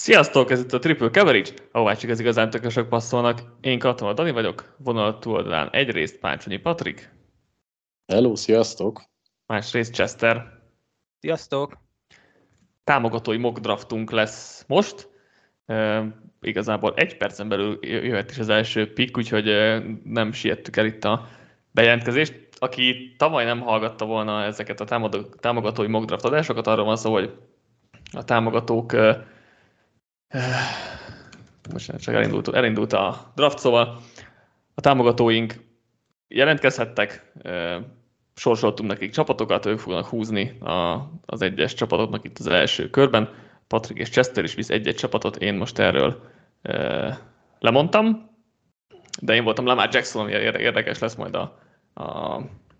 Sziasztok, ez itt a Triple Coverage, ahová csak az igazán tökösök passzolnak. Én Katona Dani vagyok, vonal túloldalán egyrészt Pácsonyi Patrik, Hello, sziasztok! másrészt Chester. Sziasztok! Támogatói mock draftunk lesz most. Igazából egy percen belül jöhet is az első pick, úgyhogy nem siettük el itt a bejelentkezést. Aki tavaly nem hallgatta volna ezeket a támogatói mock draft adásokat, arról van szó, hogy a támogatók most csak elindult a draft, szóval a támogatóink jelentkezhettek, sorsoltunk nekik csapatokat, ők fognak húzni az egyes csapatoknak itt az első körben. Patrick és Chester is visz egy-egy csapatot, én most erről lemondtam, de én voltam Lamar Jackson, ami érdekes lesz majd a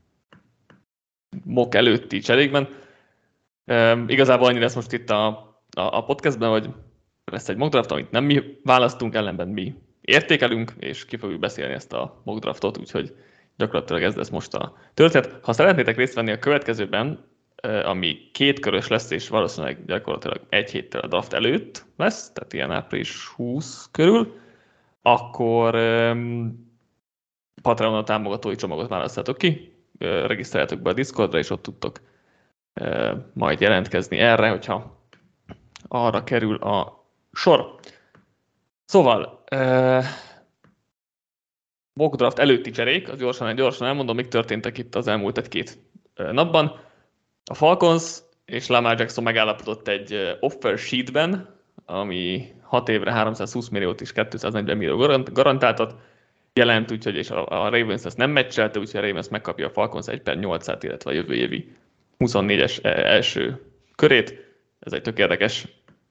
mock előtti cserékben. Igazából annyi lesz most itt a podcastben, hogy lesz egy mock draft, amit nem mi választunk, ellenben mi értékelünk, és ki fogjuk beszélni ezt a mock draftot, úgyhogy gyakorlatilag ez lesz most a történet. Ha szeretnétek részt venni a következőben, ami 2 körös lesz, és valószínűleg gyakorlatilag egy héttel a draft előtt lesz, tehát ilyen április 20 körül, akkor Patreon támogatói csomagot választhatok ki, regisztráljátok be a Discordra, és ott tudtok majd jelentkezni erre, hogyha arra kerül a sor. Szóval, mock draft előtti cserék, az gyorsan elmondom, mik történtek itt az elmúlt 2 napban. A Falcons és Lamar Jackson megállapodott egy offer sheetben, ami 6 évre 320 milliót és 240 millió garantáltat jelent, úgyhogy és a Ravens ezt nem meccselte, úgyhogy a Ravens megkapja a Falcons 1/8-át, illetve a jövő évi 24-es első körét. Ez egy tök érdekes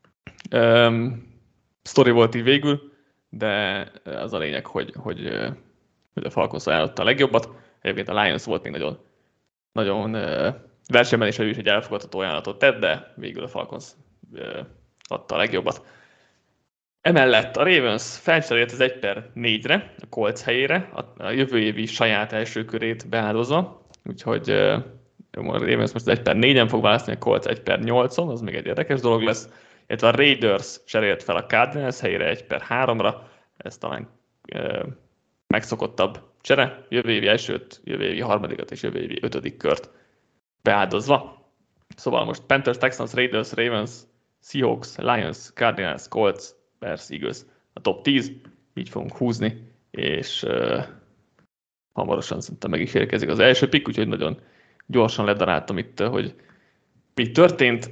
sztori volt így végül, de az a lényeg, hogy a Falcons ajánlotta a legjobbat. Egyébként a Lions volt még nagyon versenyben, és ő is egy elfogadható ajánlatot tett, de végül a Falcons adta a legjobbat. Emellett a Ravens felcserélt az 1/4-re, a Colts helyére, a jövő évi saját első körét beáldozva, úgyhogy a Ravens most az 1/4-en fog választani, a Colts 1/8-on, az még egy érdekes dolog lesz, illetve a Raiders cserélt fel a Cardinals helyére 1/3-ra, ez talán megszokottabb csere, jövő évi elsőt, jövő évi harmadikat és jövő évi 5. kört beáldozva. Szóval most Panthers, Texans, Raiders, Ravens, Seahawks, Lions, Cardinals, Colts, Bears, Eagles a top 10, így fogunk húzni, és hamarosan szerintem meg is érkezik az első pick, úgyhogy nagyon gyorsan ledaráltam itt, hogy mi történt.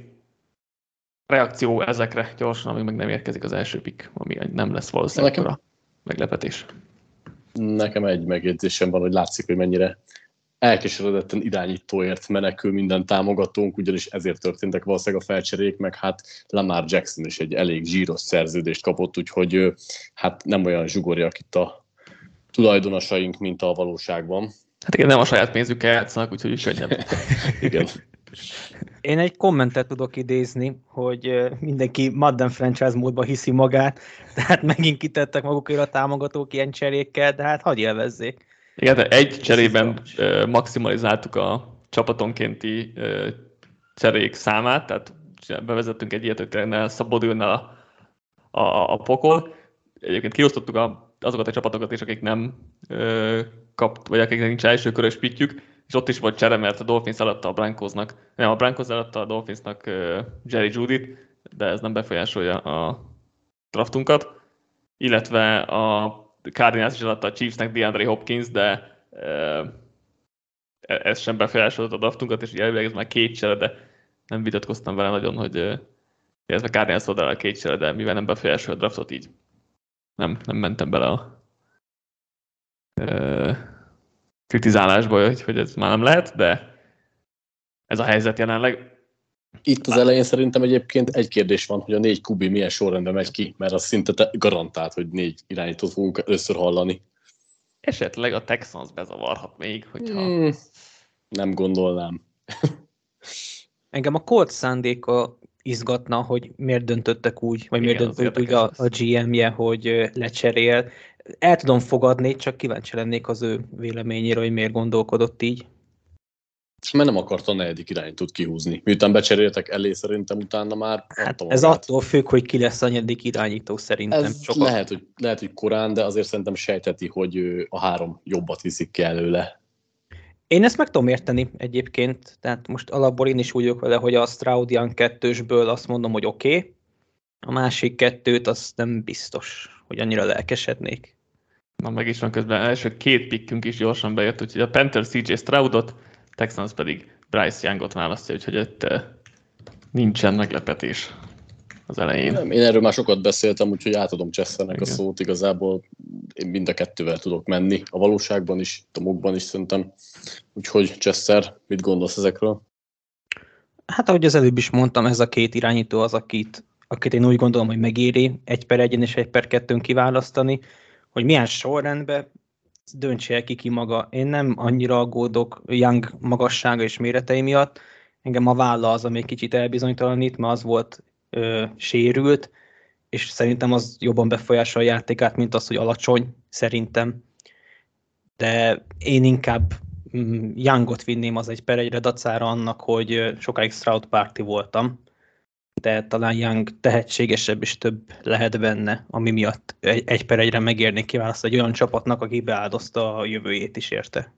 Reakció ezekre gyorsan, amíg meg nem érkezik az első pick, ami nem lesz valószínűleg a meglepetés. Nekem egy megjegyzésem van, hogy látszik, hogy mennyire elkeseredetten irányítóért menekül minden támogatónk, ugyanis ezért történtek valószínűleg a felcserék, meg hát Lamar Jackson is egy elég zsíros szerződést kapott, úgyhogy hát nem olyan zsugorjak itt a tulajdonosaink, mint a valóságban. Hát igen, nem a saját pénzükkel játszanak, úgyhogy is könnyebb. Igen. Én egy kommentet tudok idézni, hogy mindenki Madden franchise módban hiszi magát, tehát megint kitettek magukért a támogatók ilyen cserékkel, de hát hadd élvezzék. Igen, de egy cserében maximalizáltuk a csapatonkénti cserék számát, tehát bevezettünk egy ilyet, hogy ne szabadulna a pokol. Egyébként kiosztottuk azokat a csapatokat is, akik nem vagy akiknek nincs első körös pittjük, és ott is volt csere, mert a Dolphins eladta a Broncosnak, nem, a Broncos eladta a Dolphinsnak Jerry Jeudyt, de ez nem befolyásolja a draftunkat, illetve a Cardinals is eladta a Chiefsnek DeAndre Hopkins, de ez sem befolyásolta a draftunkat, és elvileg ez már 2 csere, de nem vitatkoztam vele nagyon, hogy ez a Cardinals oldalra 2 csere, de mivel nem befolyásolja a draftot, így nem mentem bele a kritizálásba, hogy ez már nem lehet, de ez a helyzet jelenleg. Itt az elején szerintem egyébként egy kérdés van, hogy a 4 QB milyen sorrendben megy ki, mert az szinte garantált, hogy 4 irányítót fogunk először hallani. Esetleg a Texans bezavarhat még, hogyha... Nem gondolnám. Engem a Colts szándéka izgatna, hogy miért döntöttek úgy, vagy miért döntött úgy a GM-je, hogy lecserél. El tudom fogadni, csak kíváncsi lennék az ő véleményére, hogy miért gondolkodott így. Mert nem akarta a negyedik irányítót kihúzni. Miután becseréltek elé, szerintem utána már Hát ez attól függ, hogy ki lesz a negyedik irányító szerintem. Ez lehet, hogy korán, de azért szerintem sejteti, hogy a 3 jobbat viszik ki előle. Én ezt meg tudom érteni egyébként, tehát most alapból én is úgy vagyok vele, hogy a Stroud-Young 2-sből azt mondom, hogy oké. A másik 2-t azt nem biztos, hogy annyira lelkesednék. Na meg is van közben, első 2 pikkünk is gyorsan bejött, úgyhogy a Panthers CJ Stroudot, Texans pedig Bryce Youngot választja, úgyhogy itt nincsen meglepetés az elején. Nem, én erről már sokat beszéltem, úgyhogy átadom Chessernek a szót. Igazából én mind a kettővel tudok menni. A valóságban is, a mokban is szerintem. Úgyhogy Chesser, mit gondolsz ezekről? Hát ahogy az előbb is mondtam, ez a 2 irányító az, akit én úgy gondolom, hogy megéri 1/1 és 1/2 kiválasztani, hogy milyen sorrendben döntse el ki maga. Én nem annyira aggódok Young magassága és méretei miatt. Engem a válla az, ami kicsit elbizonytalanít, mert az volt sérült, és szerintem az jobban befolyásolja a játékát, mint az, hogy alacsony, szerintem. De én inkább Youngot vinném az 1/1 dacára annak, hogy sokáig Stroud párti voltam, de talán Young tehetségesebb és több lehet benne, ami miatt 1/1 megérnék kiválasztani egy olyan csapatnak, aki beáldozta a jövőjét is érte.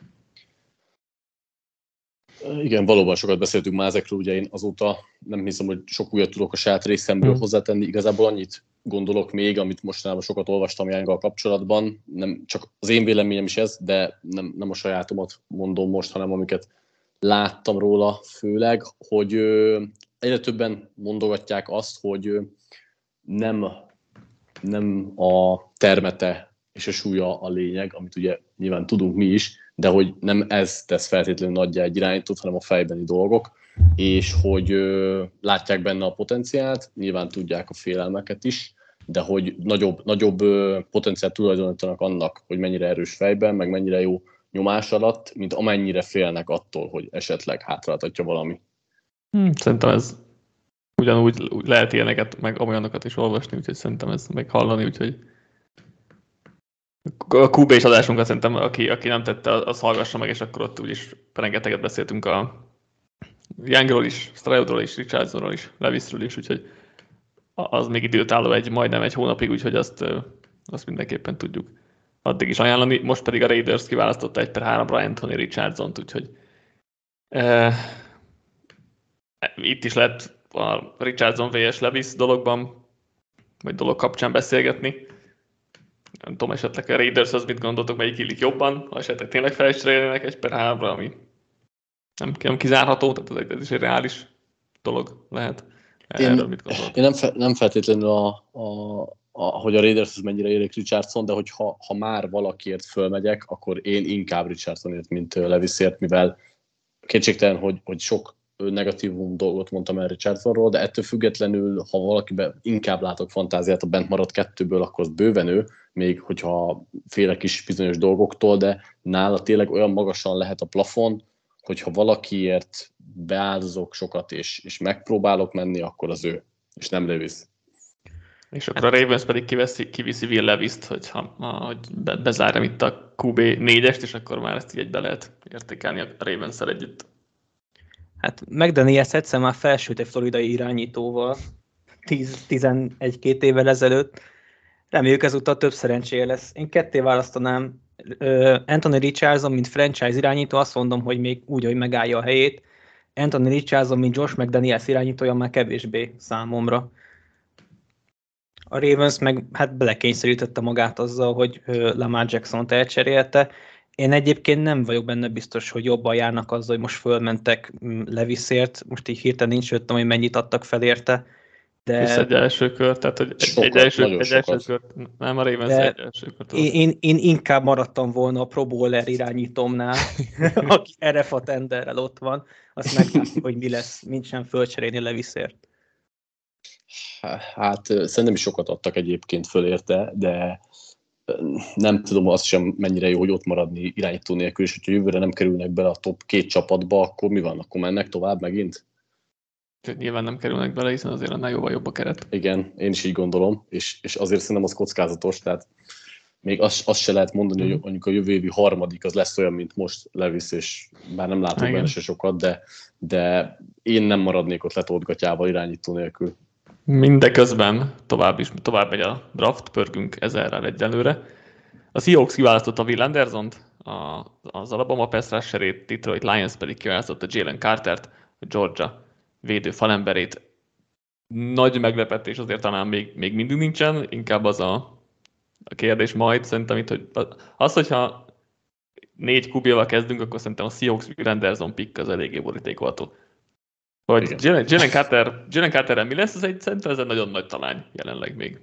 Igen, valóban sokat beszéltünk már ezekről, ugye én azóta nem hiszem, hogy sok újat tudok a saját részemből hozzátenni. Igazából annyit gondolok még, amit mostanában sokat olvastam Younggal kapcsolatban, nem csak az én véleményem is ez, de nem a sajátomat mondom most, hanem amiket láttam róla főleg, hogy egyre többen mondogatják azt, hogy nem a termete és a súlya a lényeg, amit ugye nyilván tudunk mi is, de hogy nem ez tesz feltétlenül nagyjá egy irányítót, hanem a fejbeni dolgok, és hogy látják benne a potenciált, nyilván tudják a félelmeket is, de hogy nagyobb potenciált tulajdonítanak annak, hogy mennyire erős fejben, meg mennyire jó nyomás alatt, mint amennyire félnek attól, hogy esetleg hátráltatja valami. Szerintem ez ugyanúgy lehet ilyeneket, meg olyanokat is olvasni, úgyhogy szerintem ez meg hallani, úgyhogy a QB-s adásunkat szerintem, aki nem tette, az hallgassa meg, és akkor ott úgyis rengeteget beszéltünk a Youngról is, Stroudról is, Richardsonról is, Lewisről is, úgyhogy az még időtálló majdnem egy hónapig, úgyhogy azt mindenképpen tudjuk addig is ajánlani. Most pedig a Raiders kiválasztotta 1/3-ra Anthony Richardsont, úgyhogy itt is lehet a Richardson vs. Lewis dologban, vagy dolog kapcsán beszélgetni. Nem tudom, esetleg a Raiders az mit gondoltok, melyik illik jobban, ha esetleg tényleg fel is cserélnének 1/3-ra, ami nem kizárható, tehát ez is egy reális dolog lehet. Erről mit gondoltok? Én nem feltétlenül hogy a Raiders mennyire érik Richardson, de ha már valakiért fölmegyek, akkor én inkább Richardsonért, mint Lewisért, mivel kétségtelen, hogy sok negatívum dolgot mondtam el Richardsonról, de ettől függetlenül, ha valakiben inkább látok fantáziát, a bent maradt 2-ből, akkor az bőven ő, még hogyha félek is bizonyos dolgoktól, de nála tényleg olyan magasan lehet a plafon, hogyha valakiért beáldozok sokat, és megpróbálok menni, akkor az ő, és nem Lewis. És akkor a Ravens pedig kiviszi Will Lewist, hogy bezárjam itt a QB 4-est, és akkor már ezt így be lehet értékelni a Ravens-szel együtt. Hát McDaniels egyszer már felsült egy floridai irányítóval 11-2 évvel ezelőtt. Reméljük ezúttal több szerencséje lesz. Én 2 választanám. Anthony Richardson, mint franchise irányító, azt mondom, hogy még úgy, hogy megállja a helyét. Anthony Richardson, mint Josh McDaniels irányítója már kevésbé számomra. A Ravens meg hát belekényszerítette magát azzal, hogy Lamar Jackson-t elcserélte. Én egyébként nem vagyok benne biztos, hogy jobban járnak azzal, hogy most fölmentek Lewisért. Most így hirtelen nincs jöttem, hogy mennyit adtak fel érte. De... És egy első kör, tehát hogy egy első kör, nem a Ravens egy első kört. Én inkább maradtam volna a Pro Bowler irányítómnál, aki RFA tenderrel ott van, azt meglátjuk, hogy mi lesz, mint sem fölcserélni Lewisért. Hát szerintem is sokat adtak egyébként föl érte, de nem tudom azt sem mennyire jó, hogy ott maradni irányító nélkül, és hogyha jövőre nem kerülnek bele a top 2 csapatba, akkor mi van? Akkor mennek tovább megint? Nyilván nem kerülnek bele, hiszen azért annál jóval jobb a keret. Igen, én is így gondolom, és azért szerintem az kockázatos, tehát még azt se lehet mondani, hogy mondjuk a jövő évi harmadik az lesz olyan, mint most Levis, és bár nem látok benne se sokat, de én nem maradnék ott letolt gatyával irányító nélkül. Mindeközben tovább megy a draft, pörgünk 1000-rel egyelőre. A Seahawks kiválasztotta Will Andersont, az Alabama pass rusherét, Detroit Lions pedig kiválasztotta Jalen Cartert, a Georgia védő falemberét. Nagy meglepetés azért talán még mindig nincsen, inkább az a kérdés majd szerintem itt, hogy hogyha 4 QB-val kezdünk, akkor szerintem a Seahawks Will Anderson pick az eléggé borítékolható. Hogy Jalen Carterrel mi lesz, szerintem ez egy nagyon nagy talány jelenleg még.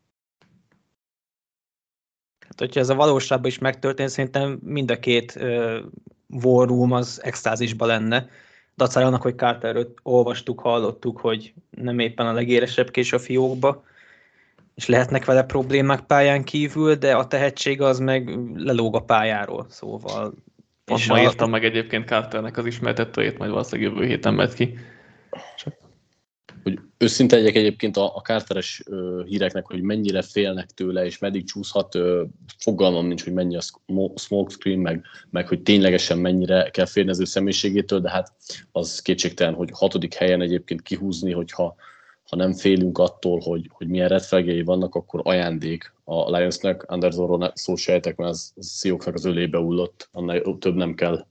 Hát, hogyha ez a valóságban is megtörtént, szerintem mind a két war room az extázisban lenne. Dacára annak, hogy Carterről olvastuk, hallottuk, hogy nem éppen a legéresebb kés a fiókba, és lehetnek vele problémák pályán kívül, de a tehetség az meg lelóg a pályáról, szóval. Most ma írtam meg egyébként Carternek az ismertetőjét, majd valószínűleg jövő héten megy ki. Hogy őszinte legyek egyébként a Carteres híreknek, hogy mennyire félnek tőle, és meddig csúszhat, fogalmam nincs, hogy mennyi a smokescreen, meg hogy ténylegesen mennyire kell félni az ő személyiségétől, de hát az kétségtelen, hogy 6. helyen egyébként kihúzni, hogyha nem félünk attól, hogy milyen red flagjei vannak, akkor ajándék a Lionsnek. Andersonról szó se ejtek, mert az Seahawksnak az ölébe hullott, annál több nem kell.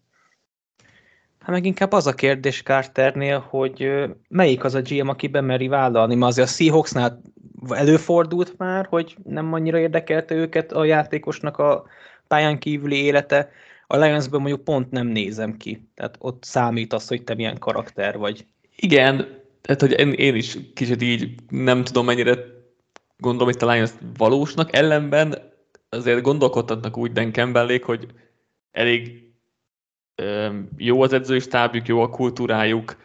Hát meg inkább az a kérdés Carternél, hogy melyik az a GM, aki bemeri vállalni, mert azért a Seahawksnál előfordult már, hogy nem annyira érdekelte őket a játékosnak a pályán kívüli élete. A Lionsből mondjuk pont nem nézem ki. Tehát ott számít az, hogy te milyen karakter vagy. Igen, tehát hogy én is kicsit így nem tudom mennyire gondolom itt a Lions valósnak, ellenben azért gondolkodtatnak úgy Dan Campbellék, hogy elég jó az edzői stábjuk, jó a kultúrájuk,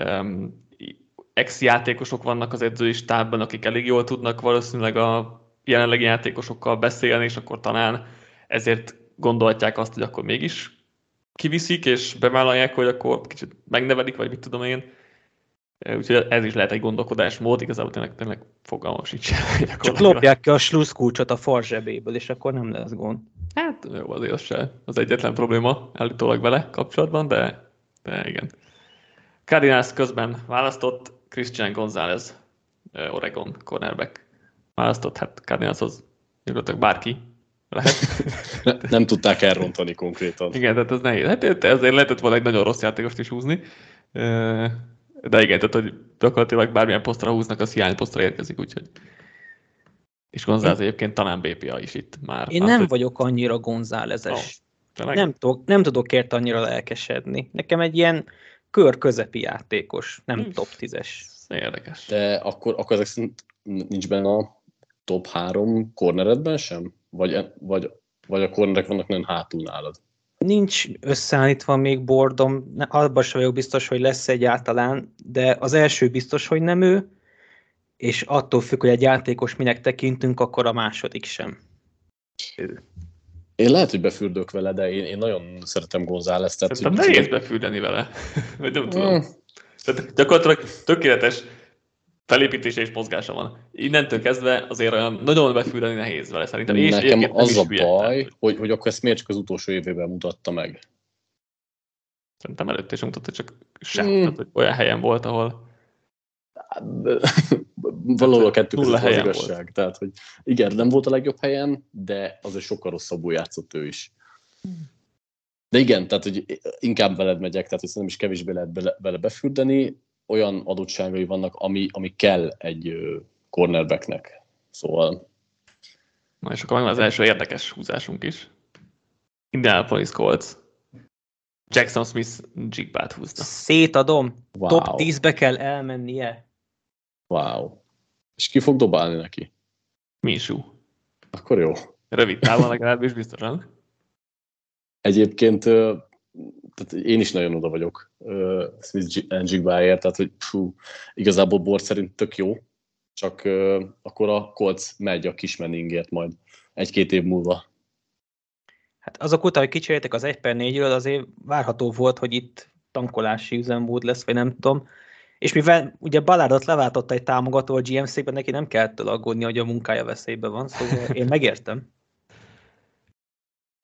ex-játékosok vannak az edzői stábban, akik elég jól tudnak valószínűleg a jelenlegi játékosokkal beszélni, és akkor talán ezért gondolhatják azt, hogy akkor mégis kiviszik, és bevállalják, hogy akkor kicsit megnevelik, vagy mit tudom én. Úgyhogy ez is lehet egy gondolkodásmód, igazából tényleg fogalmam sincs. Csak lopják ki a slusszkulcsot a far zsebéből, és akkor nem lesz gond. Hát jó, azért az se az egyetlen probléma állítólag vele kapcsolatban, de igen. Cardinals közben választott Christian Gonzalez, Oregon cornerback. Választott, hát Cardinalshoz gyakorlatilag bárki lehet. Nem tudták elrontani konkrétan. Igen, tehát ez nehéz. Hát ezért lehetett volna egy nagyon rossz játékost is húzni. De igen, tehát hogy gyakorlatilag bármilyen posztra húznak, az hiányposztra érkezik, úgyhogy. És González egyébként talán BPA is itt már. Én nem vagyok annyira Gonzálezes. Nem tudok érte annyira lelkesedni. Nekem egy ilyen kör közepi játékos, nem top 10-es. Érdekes. De akkor ezek szerint nincs benne a top 3 corneredben sem? Vagy a cornerek vannak nagyon hátul nálad? Nincs összeállítva még bordom, abban sem vagyok biztos, hogy lesz egyáltalán, de az első biztos, hogy nem ő, és attól függ, hogy egy játékos minek tekintünk, akkor a második sem. Én lehet, hogy befürdök vele, de én nagyon szeretem Gonzálezt. Szerintem nehéz befürdeni vele. Vagy nem tudom. Tehát gyakorlatilag tökéletes felépítése és mozgása van. Innentől kezdve azért olyan nagyon befürdeni nehéz vele szerintem. És nekem az a baj, hogy akkor ezt miért csak az utolsó évében mutatta meg? Szerintem előtt is mutatta, csak sem. Tehát, hogy olyan helyen volt, ahol valahol a kettő között az igazság. Volt. Tehát, hogy igen, nem volt a legjobb helyen, de azért sokkal rosszabbul játszott ő is. De igen, tehát, hogy inkább veled megyek, tehát, hogy szerintem is kevésbé lehet vele befürdeni, olyan adottságai vannak, ami kell egy cornerbacknek. Szóval. Na és akkor megvan az első érdekes húzásunk is. Indianapolis Colts. Jackson Smith Jigbát húzta. Szétadom. Wow. Top 10-be kell elmennie. Wow. És ki fog dobálni neki? Minshew. Akkor jó. Rövid távon legalábbis biztosan. Egyébként tehát én is nagyon oda vagyok Smith Jigbáért, tehát hogy igazából Bord szerint tök jó, csak akkor a Colts megy a kismeningért majd 1-2 év múlva. Hát azok után, hogy kicseréltek az 1/4-ről, azért várható volt, hogy itt tankolási üzemmód lesz, vagy nem tudom. És mivel ugye Ballardot leváltotta egy támogató a GMC-ben, neki nem kell ettől aggódni, hogy a munkája veszélyben van, szóval én megértem.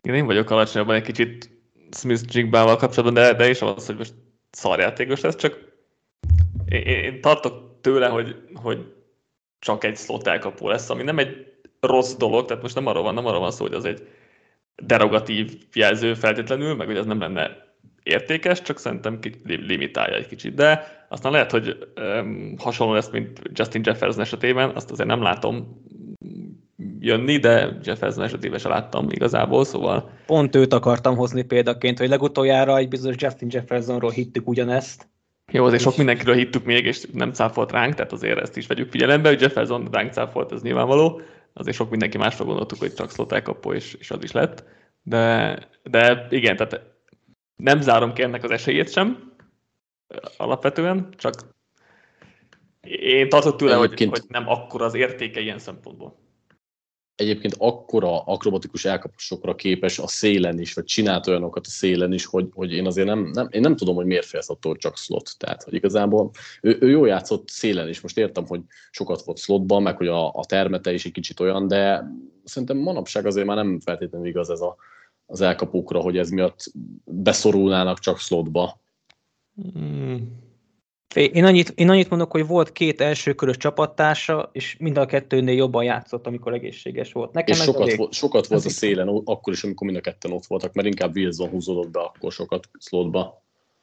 Én vagyok alacsonyabban egy kicsit Smith-Jigbával kapcsolatban, de is az, hogy most szarjátékos lesz, csak én tartok tőle, hogy csak egy slot elkapó lesz, ami nem egy rossz dolog, tehát most nem arról van szó, hogy az egy derogatív jelző feltétlenül, meg hogy ez nem lenne értékes, csak szerintem limitálja egy kicsit. De aztán lehet, hogy hasonló lesz, mint Justin Jefferson esetében, azt azért nem látom jönni, de Jefferson esetében se láttam igazából, szóval... Pont őt akartam hozni példaként, hogy legutoljára egy bizonyos Justin Jeffersonról hittük ugyanezt. Jó, azért sok mindenkiről hittük még, és nem cáfolt ránk, tehát azért ezt is vegyük figyelembe, hogy Jefferson ránk cáfolt, ez nyilvánvaló. Azért sok mindenki másra gondoltuk, hogy csak slot elkapó, és az is lett. De igen, tehát nem zárom ki ennek az esélyét sem, alapvetően, csak én tartok tőle, hogy nem akkora az értéke ilyen szempontból. Egyébként akkora akrobatikus elkapásokra képes a szélen is, vagy csinált olyanokat a szélen is, hogy én azért nem tudom, hogy miért félsz attól csak slot. Tehát, hogy igazából ő jól játszott szélen is. Most értem, hogy sokat volt slotban, meg hogy a termete is egy kicsit olyan, de szerintem manapság azért már nem feltétlenül igaz ez az elkapókra, hogy ez miatt beszorulnának csak slotba. Én annyit mondok, hogy volt 2 elsőkörös csapattársa, és mind a kettőnél jobban játszott, amikor egészséges volt. Nekem és sokat volt a szélen, akkor is, amikor mind a ketten ott voltak, mert inkább Wilson húzódott be akkor sokat slotba.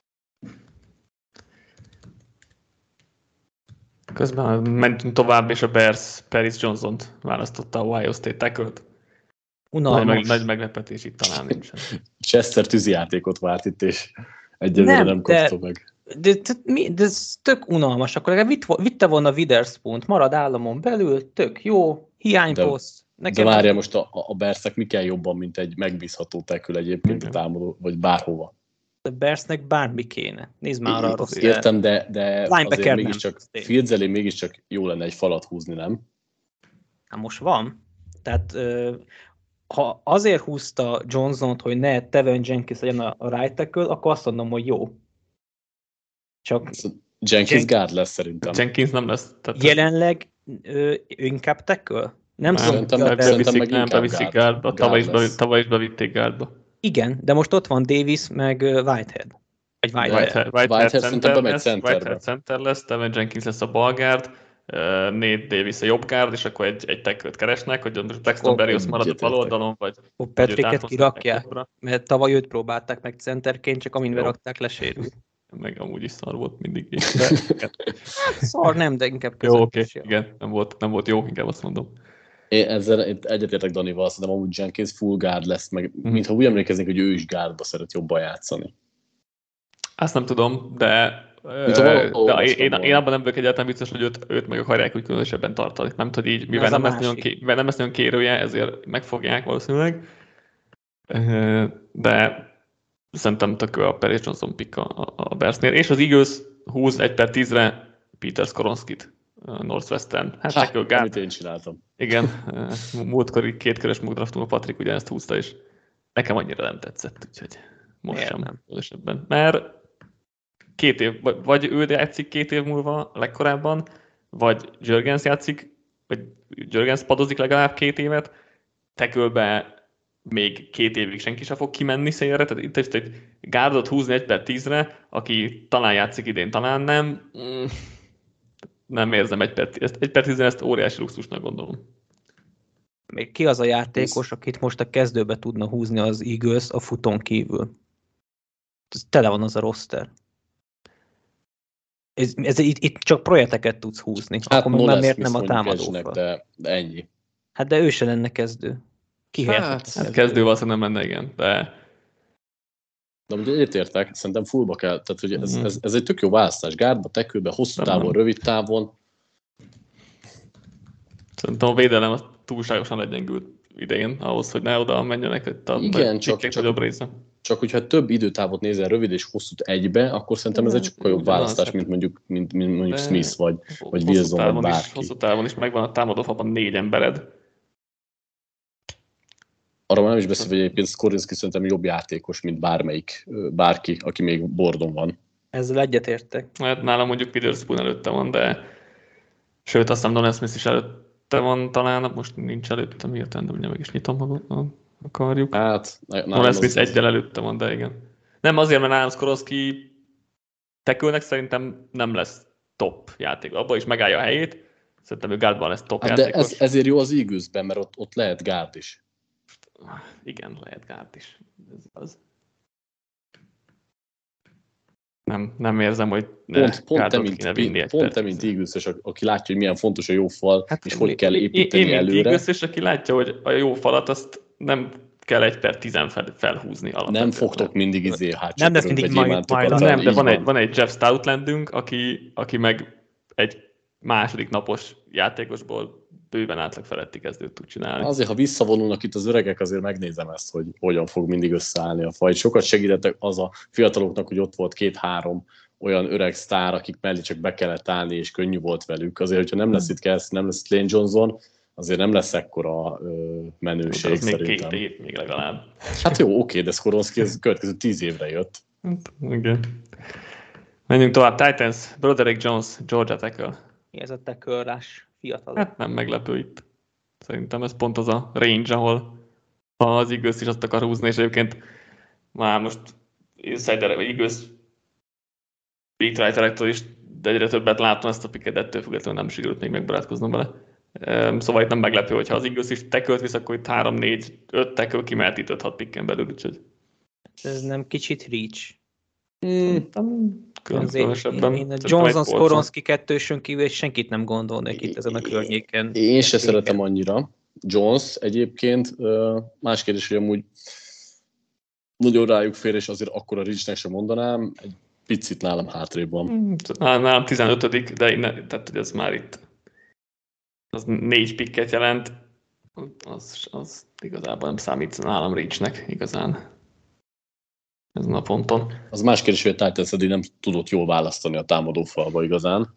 Közben mentünk tovább, és a Bears Paris Johnson-t választotta a Ohio State tackle-t. Nagy meglepetés itt talán nincsen. Chester tűzijátékot várt itt, és egyelőre nem kapta meg. De ez tök unalmas, akkor legalább vitte volna Witherspoon-t, marad államon belül, tök jó, hiányposzt. De várja, most a Bearsnek mi kell jobban, mint egy megbízható tackle egyébként a támadó, vagy bárhova. A Bearsnek bármi kéne. Nézd már arra rossz. Értem, de azért mégiscsak Fields elé mégiscsak jó lenne egy falat húzni, nem? Hát most van. Tehát ha azért húzta Johnson-t, hogy ne Tevin Jenkins legyen a right tackle, akkor azt mondom, hogy jó. Csak Jenkins guard lesz szerintem. Jenkins nem lesz. Tehát jelenleg inkább tackle? Nem szerintem beviszik guardba. Tavaly is bevitték guardba. Igen, de most ott van Davis meg Whitehead. Whitehead center lesz, Tevin Jenkins lesz a ball guard, Nate Davis a jobb guard, és akkor egy tackle-t keresnek, hogy most Braxton Berrios marad a bal oldalon, vagy... Patricket kirakják, mert tavaly őt próbálták meg centerként, csak amint berakták, lesérült. Meg amúgy is szar volt mindig. Szar nem, de inkább között. Jó, oké, igen, nem volt jó, inkább azt mondom. Én ezzel egyetértek Danival, szerintem amúgy Jenkins full guard lesz, meg mintha úgy emlékeznék, hogy ő is guardba szeret jobban játszani. Azt nem tudom, de én abban nem vagyok egyáltalán biztos, hogy őt meg akarják úgy különösebben tartani. Nem tudom, hogy így, mivel nem lesz nagyon kérője, ezért megfogják valószínűleg. De szerintem tök a Paris Johnson pick a Bearsnél. És az Eagles húz 1/10-re Peter Skoronskit Northwestern. Amit én csináltam. Igen, múltkori 2 körös mockdrafton a Patrik ugyanezt húzta, és nekem annyira nem tetszett, úgyhogy most sem különösebben. Mert 2 év, vagy ő játszik 2 év múlva legkorábban, vagy Jürgens játszik, vagy Jürgens padozik legalább 2 évet, tekölbe még 2 évig senki sem fog kimenni szélre, tehát itt egy gárdot húzni 1/10-re, aki talán játszik idén, talán nem. Nem érzem 1/10-re, ezt óriási luxusnak gondolom. Még ki az a játékos, akit most a kezdőbe tudna húzni az Eagles a futón kívül? Ez tele van az a roster. Itt csak projekteket tudsz húzni. Hát akkor már miért nem a támadófal? De ennyi. Hát de ő se lenne kezdő. Ki hát kezdő valószínűleg nem lenne, igen, de ugye egyetértek, szerintem fullba kell, tehát hogy ez egy tök jó választás. Gárdba, tekőbe, hosszú távon, rövid távon. Szerintem a védelem az túlságosan legyengült idején, ahhoz, hogy ne oda menjenek igen, csak hogyha több időtávot nézel rövid és hosszút egybe, akkor szerintem ez egy sokkal jobb választás, mint mondjuk Smith vagy Wilson vagy bárki. Hosszú távon is megvan a támadófalban 4 embered. Arra már nem is beszél, hogy egyébként Skorinski szerintem jobb játékos, mint bárki, aki még bordon van. Ezzel egyetértek. Hát nálam mondjuk Witherspoon előtte van, de sőt, aztán Donald Smith is előtte van talán, most nincs előttem hirtelen, de ugye meg is nyitom a akarjuk. Hát, Nolan Smith egyel előtte van, de igen. Nem azért, mert nálam Skorowski tekölnek szerintem nem lesz top játék. Abban is megállja a helyét. Szerintem ő guardban lesz top hát játékos. De ezért jó az Eaglesben, mert ott lehet guard is. Igen, lehet guard is. Ez az. Nem érzem, hogy pont te, mint Eagles, aki látja, hogy milyen fontos a jó fal, hát, és hogy kell építeni én előre. Eagles, és aki látja, hogy a jó falat, azt nem kell 1/10 felhúzni alapvetően. Nem fogtok mindig hátsó nem lesz mindig majd nem, de van egy Jeff Stoutlandünk, aki meg egy második napos játékosból bőven átlag feletti kezdőt tud csinálni. Azért, ha visszavonulnak itt az öregek, azért megnézem ezt, hogy hogyan fog mindig összeállni a faj. Sokat segítettek az a fiataloknak, hogy ott volt 2-3 olyan öreg sztár, akik mellé csak be kellett állni, és könnyű volt velük. Azért, hogyha nem lesz itt Kelsey, nem lesz Lane Johnson, azért nem lesz ekkora menőség az szerintem. Még 2 év még legalább. Hát jó, oké, de Skorowski ez következő 10 évre jött. Igen. Menjünk tovább. Titans, Broderick Jones, Georgia Tackle. Ez a tackle-ás fiatal. Hát nem meglepő itt. Szerintem ez pont az a range, ahol az Eagles is azt akar húzni, és egyébként már most Insider vagy Eagles beatwriterektől is, de egyre többet látom ezt a picket, ettől függetlenül nem sikerült még megbarátkoznom vele. Szóval itt nem meglepő, hogyha az Eagles is tackle-t visz, akkor itt 3-4-5 tackle kimehet itt 5-6 picken belül, úgyhogy... Ez nem kicsit reach. Különösebben. Én a Johnson-Skorowski kettősön kívül senkit nem gondolnék itt ezen a környéken. Én se szeretem annyira. Jones egyébként, más kérdés, hogy amúgy nagyon rájuk fér, és azért akkora reachnek sem mondanám, egy picit nálam hátrébb van. Nálam 15. de innen, tehát hogy ez már itt az 4 picket jelent, az igazából nem számít nálam reachnek igazán. Ezen a ponton. Az más kérdés, hogy a Titans eddig nem tudott jól választani a támadó falba igazán.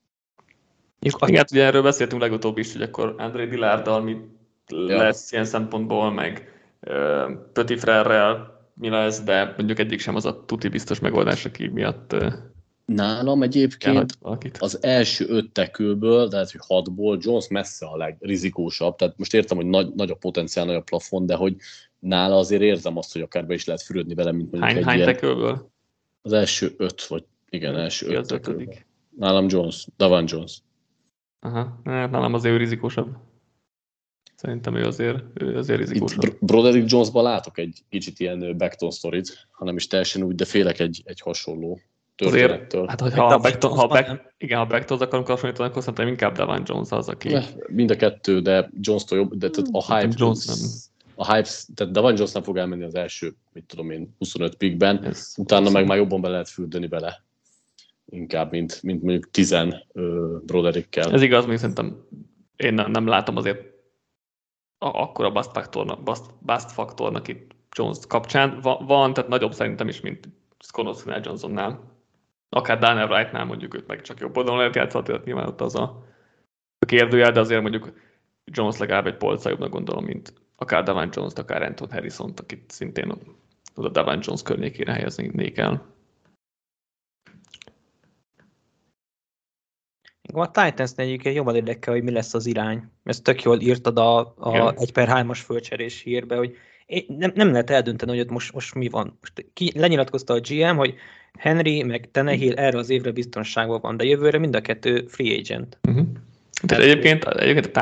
Igen, ugye erről beszéltünk legutóbb is, hogy akkor André Dillarddal mi lesz ilyen szempontból, meg Petit Frere-rel mi lesz, de mondjuk egyik sem az a tuti biztos megoldás, aki miatt nálam egyébként az első 5 tackle-ből, tehát hogy 6-ból Jones messze a legrizikósabb, tehát most értem, hogy nagy a potenciál, nagy a plafon, de hogy nála azért érzem azt, hogy akár be is lehet fürödni vele, mint mondjuk hány tackle-ből? Az első 5, vagy igen, első 5 tackle-ből. Nálam Davan Jones. Aha, nálam azért ő rizikósabb. Szerintem ő azért rizikósabb. Itt Broderick Jonesban látok egy kicsit ilyen Beckton sztorit, hanem is teljesen úgy, de félek egy hasonló történettől. Hát, ha Becktonhoz akarunk hasonlítani, akkor szerintem inkább Davan Jones az, aki... Mind a kettő, de Jones-tól jobb, de a hype... tehát Davan Jones nem fog elmenni az első, 25 pickben, utána meg már jobban be lehet fürdeni vele. Inkább, mint mondjuk 10 Broderickkel. Ez igaz, még szerintem én nem látom azért akkora bust faktornak itt Jones kapcsán. Van, tehát nagyobb szerintem is, mint Skorowski-nál, Johnsonnál. Akár Daniel Wright-nál mondjuk őt meg csak jobb oldalon lehet játszani, tehát nyilván ott az a kérdőjel, de azért mondjuk Jones legalább egy polccal jobbnak gondolom, mint akár Davan Jones-t, akár Anton Harrison-t, akit szintén oda Davan Jones környékére helyeznék el. A Titans-nél egyébként jobban érdekel, hogy mi lesz az irány. Ezt tök jól írtad a 1/3-as fölcserés hírbe, hogy nem lehet eldönteni, hogy ott most mi van. Most lenyilatkozta a GM, hogy Henry meg Tannehill erre az évre biztonságban van, de jövőre mind a kettő free agent. Tehát egyébként a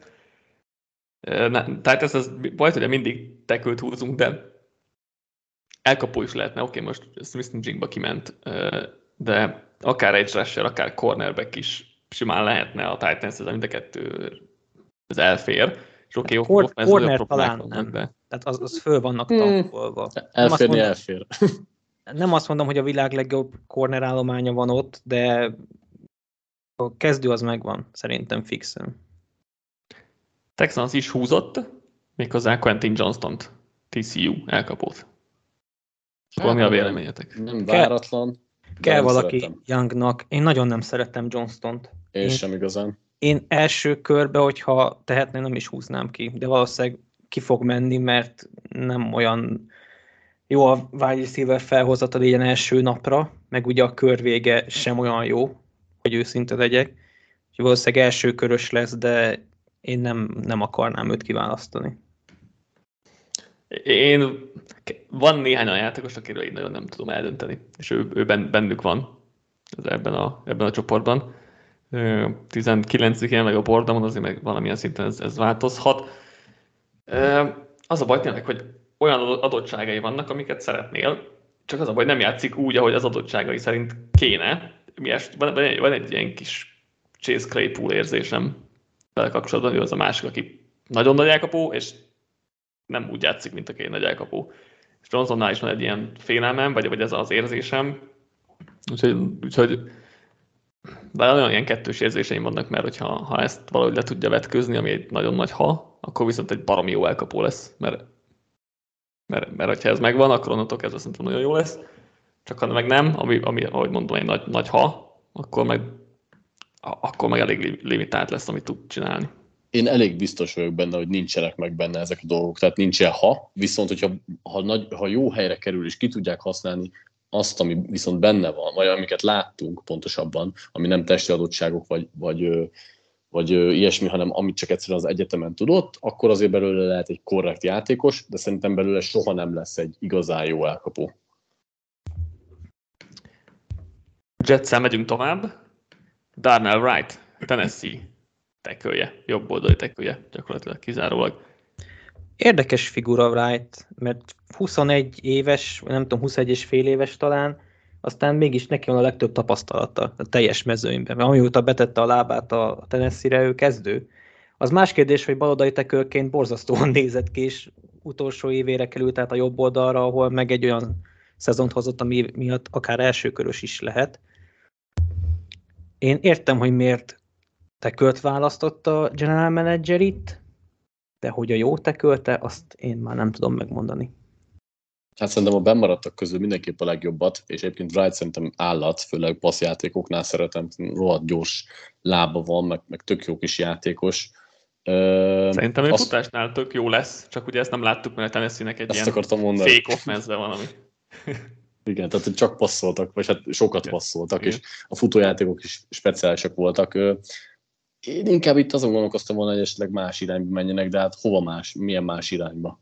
Titans az bajt, hogy mindig tackle-t húzunk, de elkapó is lehetne. Oké, most Smith-Njigba kiment, de akár egy rusher, akár cornerback is simán lehetne a Titans, ez mind a kettő az elfér. És corner talán nem. De... Tehát az föl vannak tankolva. Elfér. Nem azt mondom, hogy a világ legjobb corner állománya van ott, de a kezdő az megvan, szerintem fixen. Texans is húzott, méghozzá Quentin Johnston-t, TCU elkapott. Akkor mi a véleményetek? Nem váratlan. Kell valaki szeretem. Youngnak. Én nagyon nem szeretem Johnstont. Én sem igazán. Én első körbe, hogyha tehetném, nem is húznám ki, de valószínűleg ki fog menni, mert nem olyan jó a wide receiver felhozata legyen első napra, meg ugye a kör vége sem olyan jó, hogy őszinte legyek. Úgyhogy valószínűleg első körös lesz, de én nem akarnám őt kiválasztani. Van néhány olyan játékos, akiről én nagyon nem tudom eldönteni, és ő bennük van ebben a csoportban. 19 meg a bordamon, azért meg valamilyen szinten ez változhat. Az a baj tényleg, hogy olyan adottságai vannak, amiket szeretnél, csak az a baj, nem játszik úgy, ahogy az adottságai szerint kéne. Van egy ilyen kis Chase Claypool érzésem vele kapcsolatban, hogy az a másik, aki nagyon nagy elkapó, és nem úgy játszik, mint a két nagy elkapó. És Johnsonnál is van egy ilyen félelmem, vagy ez az érzésem. Úgyhogy de olyan ilyen kettős érzéseim vannak, mert ha ezt valahogy le tudja vetközni, ami egy nagyon nagy ha, akkor viszont egy baromi jó elkapó lesz, mert hogyha ez megvan, akkor onnantól kezdve szerintem nagyon jó lesz. Csak ha meg nem, ami ahogy mondom, egy nagy ha, akkor meg elég limitált lesz, amit tud csinálni. Én elég biztos vagyok benne, hogy nincsenek meg benne ezek a dolgok, tehát nincsen ha, viszont ha jó helyre kerül, és ki tudják használni azt, ami viszont benne van, vagy amiket láttunk pontosabban, ami nem testi adottságok, vagy ilyesmi, hanem amit csak egyszerűen az egyetemen tudott, akkor azért belőle lehet egy korrekt játékos, de szerintem belőle soha nem lesz egy igazán jó elkapó. Jetszel megyünk tovább. Darnell Wright, Tennessee tekölje, jobb oldali tekölje, gyakorlatilag kizárólag. Érdekes figura Wright, mert 21 éves, nem tudom, 21 és fél éves talán, aztán mégis neki van a legtöbb tapasztalata a teljes mezőnyben. Amióta betette a lábát a Tennessee-re, ő kezdő. Az más kérdés, hogy baloldali tekölként borzasztóan nézett ki, és utolsó évére került át a jobb oldalra, ahol meg egy olyan szezont hozott, ami miatt akár elsőkörös is lehet. Én értem, hogy miért tekölt választott a general manager itt, de hogy a jó tekölte, azt én már nem tudom megmondani. Hát szerintem a bennmaradtak közül mindenképp a legjobbat, és egyébként Wright szerintem állat, főleg passzjátékoknál szeretem, rohadt gyors lába van, meg tök jó kis játékos. Szerintem egy futásnál tök jó lesz, csak ugye ezt nem láttuk, mert a Tennessee-nek egy ilyen fake offense valami. Igen, tehát csak passzoltak, vagy hát sokat passzoltak, és a futójátékok is speciálisak voltak. Én inkább itt azon gondolkoztam volna, hogy esetleg más irányba menjenek, de hát hova más, milyen más irányba?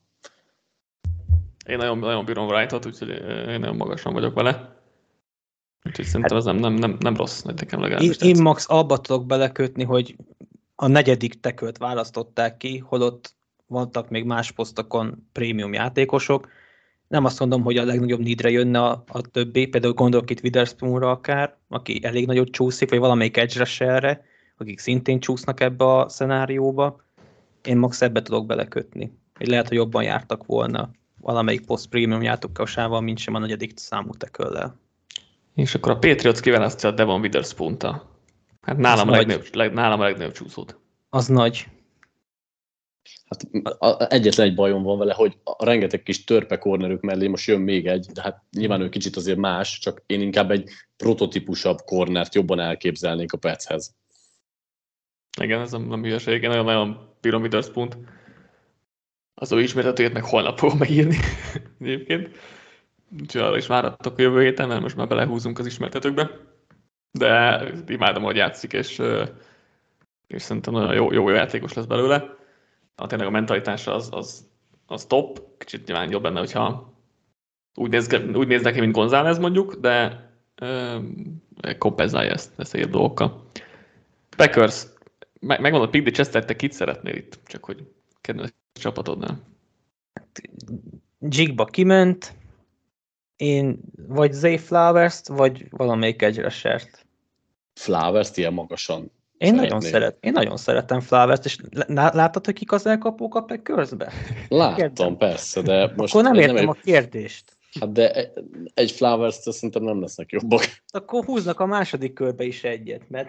Én nagyon bírom Wrightot, úgyhogy én nagyon magasan vagyok vele. Úgyhogy szerintem ez nem rossz, nekem legalábbis. Én max abba tudok belekötni, hogy a negyedik tekölt választották ki, holott voltak még más posztokon prémium játékosok. Nem azt mondom, hogy a legnagyobb needre jönne a többi, például gondolok itt Witherspoonra akár, aki elég nagyot csúszik, vagy valamelyik edge rusherre, akik szintén csúsznak ebbe a szenárióba. Én max ebbe tudok belekötni. Hogy lehet, hogy jobban jártak volna valamelyik poszt prémium játékosával, mint sem a negyedik számú teköllel. És akkor a Patriots kiválasztja a Devon Witherspoon-t. Hát nálam a legnagyobb csúszót. Az nagy. Hát egyetlen egy bajom van vele, hogy a rengeteg kis törpe cornerük mellé most jön még egy, de hát nyilván ő kicsit azért más, csak én inkább egy prototípusabb cornert jobban elképzelnék a Petshez. Igen, ez nem hülyeség, én nagyon bírom Witherspoont. Az ő ismertetőjét meg holnap fogom megírni egyébként. Úgyhogy arra is várattok a jövő héten, mert most már belehúzunk az ismertetőkbe. De imádom, hogy játszik, és szerintem nagyon jó játékos lesz belőle. Tényleg a mentalitása az top. Kicsit nyilván jobb benne, hogyha úgy néz neki, mint González mondjuk, de kompenzálja ezt a jobb dolgokkal. Packers, megmondod, Pigdy Chester, te kit szeretnél itt? Csak hogy kedvenc csapatodnál. Jigba kiment, én vagy Zay Flowers-t, vagy valamelyik edge rushert. Flowers-t ilyen magasan? Én nagyon szeretem Flowers-t, és láttad, hogy kik az elkapók a Packersbe? Láttam, persze, de most... Akkor nem értem a kérdést. Hát de egy Flowers-t szerintem nem lesznek jobbak. Akkor húznak a második körbe is egyet, mert...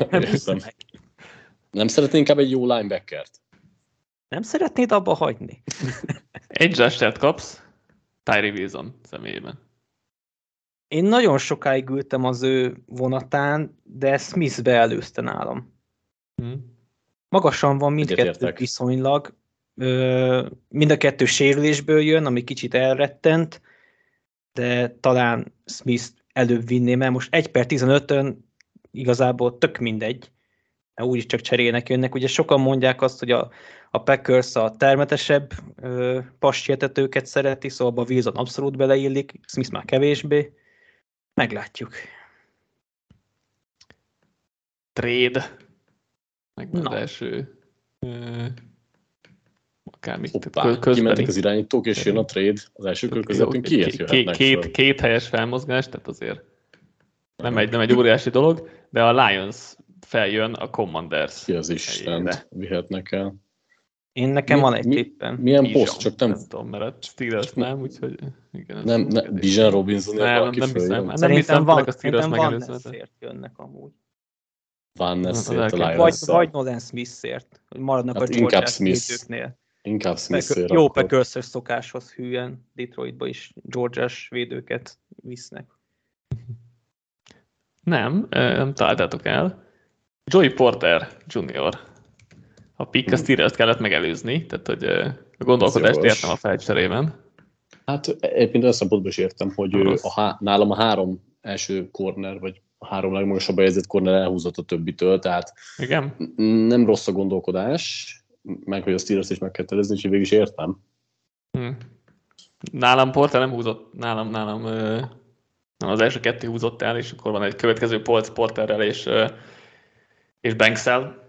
Nem szeretnél inkább egy jó linebackert? Nem szeretnéd abba hagyni? Egy rushert kapsz Tyree Wilson személyében. Én nagyon sokáig ültem az ő vonatán, de Smith beelőzte nálam. Magasan van mindkettő viszonylag. Mind a kettő sérülésből jön, ami kicsit elrettent, de talán Smith előbb vinné, mert most 1/15-ön igazából tök mindegy. úgyis csak cserélnek jönnek. Ugye sokan mondják azt, hogy a Packers a termetesebb passértetőket szereti, szóval a Wilson abszolút beleillik, Smith már kevésbé. Meglátjuk. Trade. Meg az első akármit. Hoppá, kimentek az irányítók, és jön a trade az első kör közepén. Kiért jöhetnek két helyes felmozgás, tehát azért nem egy óriási dolog, de a Lions feljön a Commanders. Ki az Istent vihetnek el. Én nekem van egy tippem. Milyen poszt, csak nem tudom, mert a Steelers nem, úgyhogy igen. Nem, Bijan Robinsonért valaki följön. Nem hiszem, a Steelers Van Nessért jönnek amúgy. Van Nessért a Lions. Vagy Nolan Smithért, hogy maradnak hát a Georgia védőknél. Inkább Smithért. Jó Packers szokáshoz hűen, Detroitba is Georgiás védőket visznek. Nem találtátok el. Joey Porter Jr. A pick, a Steelers kellett megelőzni, tehát hogy a gondolkodást értem a felcserében. Hát egyébként olyan szempontból is értem, hogy nálam a 3 első corner, vagy a 3 legmagasabb helyezett corner elhúzott a többitől, tehát igen? Nem rossz a gondolkodás, meg hogy a Steelers is meg kell telezni, és végig is értem. Nálam Porter nem húzott, nálam az első 2 húzott el, és akkor van egy következő polc Porterrel és Banks-el.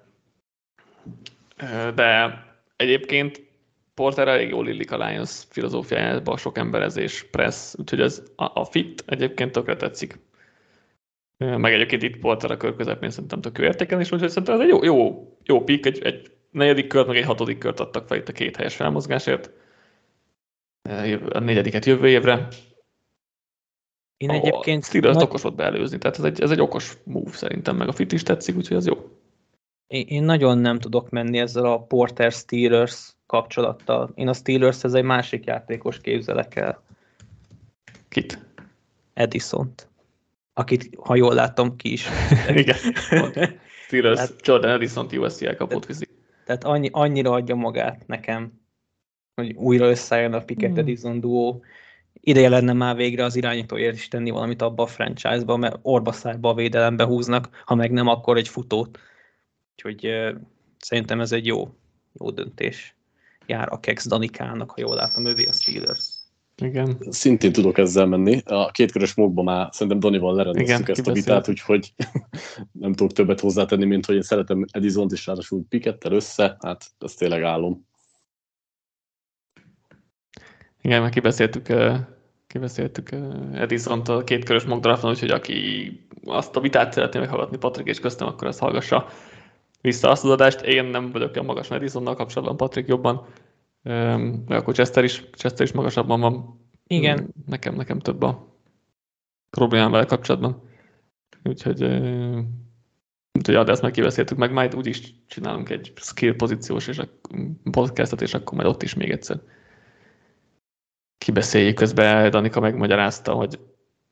De egyébként Porter elég jól illik a Lions filozófiájába, sok emberezés, press, úgyhogy ez a fit egyébként tökre tetszik. Meg egyébként itt Porter a kör közepén szerintem tök jó értéken is, úgyhogy szerintem ez egy jó pick, egy 4. kört, meg egy 6. kört adtak fel itt a 2 helyes felmozgásért. A 4. jövő évre. Én egyébként... Steelers okos volt beelőzni, tehát ez egy okos move szerintem, meg a fit is tetszik, úgyhogy ez jó. Én nagyon nem tudok menni ezzel a Porter-Steelers kapcsolattal. Én a Steelers-hez egy másik játékos képzelek el. Kit? Edisont. Akit, ha jól látom, ki is. Igen. Steelers, Jordan Edison-t USC kapott viszik. Tehát annyira adja magát nekem, hogy újra összejön a Pickett Edison duó. Ideje lenne már végre az irányítóért is tenni valamit abba a franchise-ba, mert orba-szárba a védelembe húznak, ha meg nem, akkor egy futót. Úgyhogy szerintem ez egy jó döntés. Jár a Kex Danikának, ha jól látom, ővé a Steelers. Igen. Szintén tudok ezzel menni. A 2 körös mókban már szerintem Danival lerendeztük ezt a vitát, úgyhogy nem tudok többet hozzátenni, mint hogy én szeretem Edisont és ráadásul Pickettel össze, hát ez tényleg álom. Igen, mert kibeszéltük Edisont a 2 körös mock drafton, úgyhogy aki azt a vitát szeretné meghallgatni, Patrik és köztem, akkor ezt hallgassa vissza azt az adást. Én nem vagyok olyan magasan Edisonnal kapcsolatban, Patrik jobban, akkor Chester is magasabban van. Igen. Nekem több a problémám vele kapcsolatban. Úgyhogy ezt meg kibeszéltük, meg majd úgyis csinálunk egy skill pozíciós és a podcastot, és akkor majd ott is még egyszer kibeszéljük. Közben Danika megmagyarázta, hogy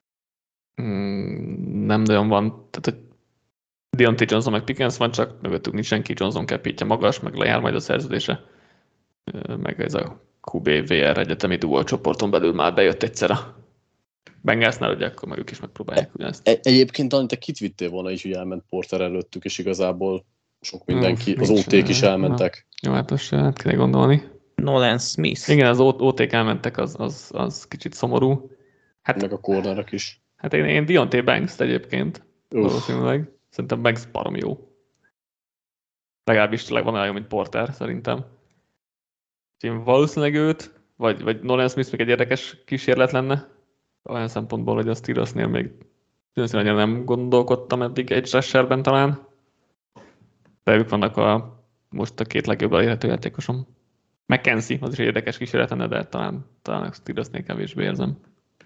nem nagyon van, tehát hogy Deontay Johnson meg Pickens van, csak mögöttük nincs senki, Johnson capítja magas, meg lejár majd a szerződése, meg ez a QB-VR egyetemi dual csoporton belül már bejött egyszer a Bengalsnál, ugye akkor meg ők is megpróbálják ugyanezt. Egyébként Dani, te kit vittél volna is, hogy elment Porter előttük, és igazából sok mindenki, az OT-k is elmentek. Jó, hát most kéne gondolni. Nolan Smith. Igen, az OT-k elmentek, az kicsit szomorú. Hát, meg a cornerek is. Hát én Deontay Banks-t egyébként, valószínűleg. Szerintem Banks barom jó. Legalábbis tényleg van olyan jó, mint Porter, szerintem. Én valószínűleg őt, vagy Nolan Smith még egy érdekes kísérlet lenne. Olyan szempontból, hogy a Steelersnél még tűnően nem gondolkodtam eddig egy rusherben talán. De ők vannak most a 2 legjobb elérhető játékosom. McKenzie, az is egy érdekes kísérlet lenne, de talán a Steelersnél kevésbé érzem.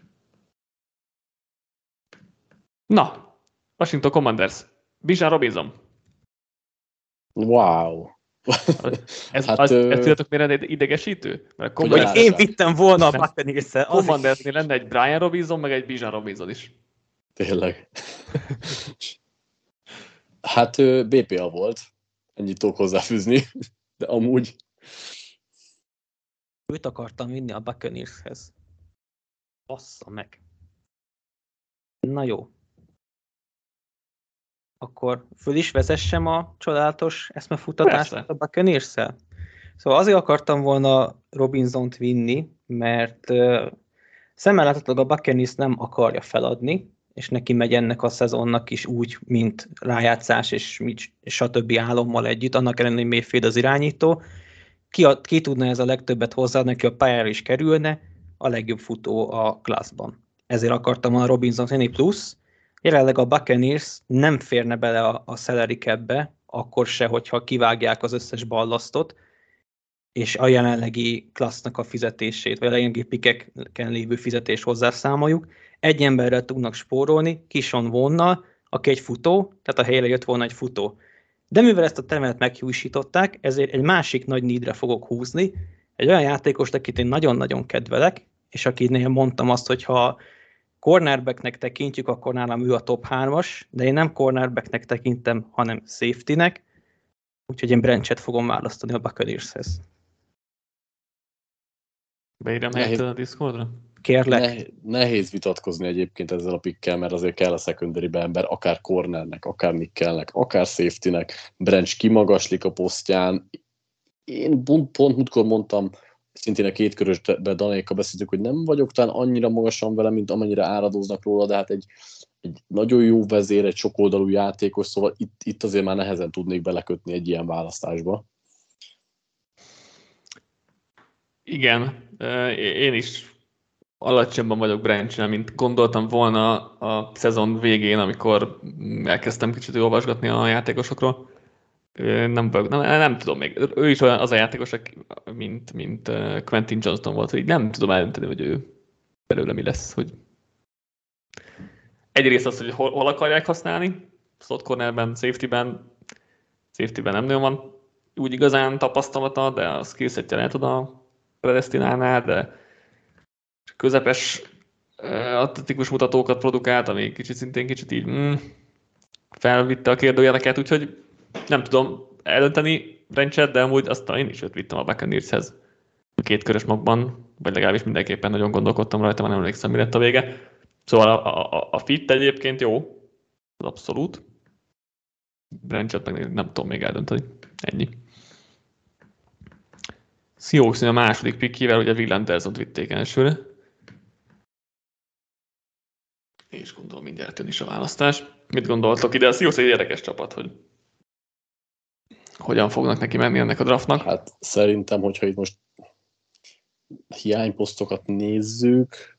Na, Washington Commanders. Bijan Robinson. Wow. Ez tudjátok, mire idegesítő? Mert hogy én vittem volna a Buccaneers-szel. Commandersnél lenne egy Brian Robinson, meg egy Bijan Robinson is. Tényleg. Hát BPA volt. Ennyit tudok hozzáfűzni. De amúgy... Őt akartam vinni a Buccaneershez. Bassza meg. Na jó. akkor föl is vezessem a csodálatos eszmefutatást Persze. a Buccaneers-szel? Szóval azért akartam volna Robinsont vinni, mert szemmel láthatólag a Buccaneers nem akarja feladni, és neki megy ennek a szezonnak is úgy, mint rájátszás és stb. Álommal együtt, annak ellenére, hogy Mayfield az irányító. Ki tudna ez a legtöbbet hozzá, neki a pályára is kerülne, a legjobb futó a klasszban. Ezért akartam a Robinson venni, plusz jelenleg a Buccaneers nem férne bele a salary capbe, akkor se, hogyha kivágják az összes ballasztot, és a jelenlegi klassznak a fizetését, vagy a jelenlegi pikeken lévő fizetést hozzászámoljuk. Egy emberrel tudnak spórolni, Kishon Vaughnnal, aki egy futó, tehát a helyre jött volna egy futó. De mivel ezt a termelet meghiúsították, ezért egy másik nagy needre fogok húzni, egy olyan játékost, akit én nagyon-nagyon kedvelek, és akinél mondtam azt, hogy ha cornerbacknek tekintjük, akkor nálam ő a top 3-as, de én nem cornerbacknek tekintem, hanem safetynek, úgyhogy én Brenchet fogom választani a Buccaneershez. Beírjam helyetted a Discordra? Kérlek. Nehéz vitatkozni egyébként ezzel a pickkel, mert azért kell a secondary-be ember, akár cornernek, akár nickelnek, akár safetynek. Branch kimagaslik a posztján. Én pont múltkor mondtam, szintén a kétkörösbe Danékkal beszéltük, hogy nem vagyok talán annyira magasan vele, mint amennyire áradoznak róla, de hát egy nagyon jó vezér, egy sokoldalú játékos, szóval itt azért már nehezen tudnék belekötni egy ilyen választásba. Igen, én is alacsonyabban vagyok Branch-nál, mint gondoltam volna a szezon végén, amikor elkezdtem kicsit olvasgatni a játékosokról. Nem tudom még. Ő is olyan az a játékos, mint Quentin Johnston volt, hogy nem tudom eldönteni, hogy ő belőle mi lesz. Hogy egyrészt az, hogy hol akarják használni, slot cornerben, safetyben nem nagyon van úgy igazán tapasztalata, de a skillsetje lehet oda predestinálná, de közepes atletikus mutatókat produkált, ami szintén kicsit így felvitte a kérdőjeleket, úgyhogy nem tudom eldönteni Brenchet, de amúgy aztán én is őt vittem a Buccaneershez a kétkörös magban, vagy legalábbis mindenképpen nagyon gondolkodtam rajta, már nem emlékszem, mi lett a vége. Szóval a fit egyébként jó, az abszolút. Brenchet meg nem tudom még eldönteni. Ennyi. Seahawks a második pickével, ugye Will Andersont vitték elsőre. És gondolom mindjárt jön is a választás. Mit gondoltok ide? A Seahawks egy érdekes csapat, hogy hogyan fognak neki menni ennek a draftnak? Hát szerintem, hogyha itt most hiányposztokat nézzük,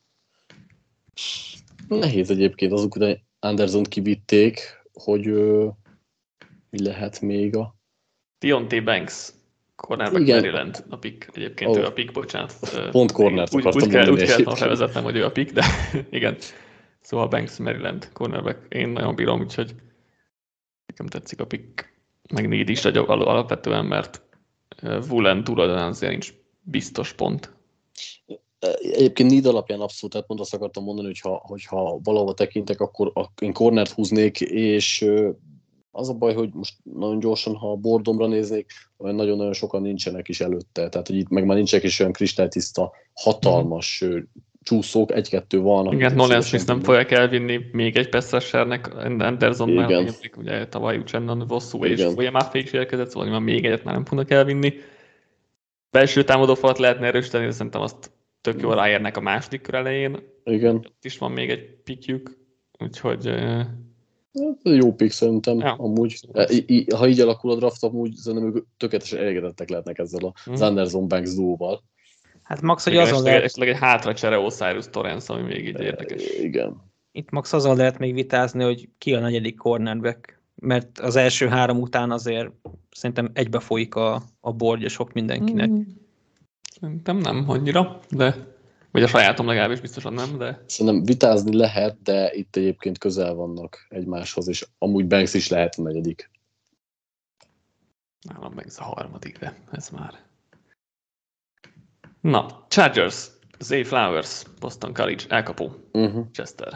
nehéz egyébként azok után Andersont kivitték, hogy mi lehet még a... Deontay Banks, cornerback Maryland a pick. Egyébként ő a pick, bocsánat. Pont cornert akartam mondani. Úgy kellett felvezetnem, hogy ő a pick, de igen. Szóval Banks Maryland cornerback. Én nagyon bírom, úgyhogy nekem tetszik a pick. Meg need is alapvetően, mert Woolen tulajdonán azért nincs biztos pont. Egyébként need alapján abszolút, tehát pont azt akartam mondani, hogyha valahova tekintek, akkor én cornert húznék, és az a baj, hogy most nagyon gyorsan, ha a bordomra néznék, olyan nagyon-nagyon sokan nincsenek is előtte. Tehát, hogy itt meg már nincsenek is olyan kristálytiszta, hatalmas csúszók, egy-kettő van. Igen, Nolan Smith nem fogják elvinni még egy pass-rushernek Andersonnál, ugye tavaly Uchennan Vossu és Maffei is érkezett, szóval már még egyet már nem fognak elvinni. Belső támadófalat lehetne erősíteni, de szerintem azt tök jól ráérnek a második kör elején. Igen. Ott is van még egy pickjük, úgyhogy... Jó pick szerintem, ja. Amúgy. Ha így alakul a draft, amúgy szerintem ők tökéletesen elégedettek lehetnek ezzel az Anderson Banks duóval. Hát max, hogy azon lehet... Esetleg egy hátracsere Osiris Torrance, ami még így érdekes. Igen. Itt max azon lehet még vitázni, hogy ki a negyedik cornerback, mert az első 3 után azért szerintem egybe folyik a boardja sok mindenkinek. Szerintem nem annyira, de... Vagy a sajátom legalábbis biztosan nem, de... Szerintem vitázni lehet, de itt egyébként közel vannak egymáshoz, és amúgy Banks is lehet a negyedik. Nálam Banks a harmadik, de ez már... Na, Chargers, Zay Flowers, Boston College, elkapó, Chester.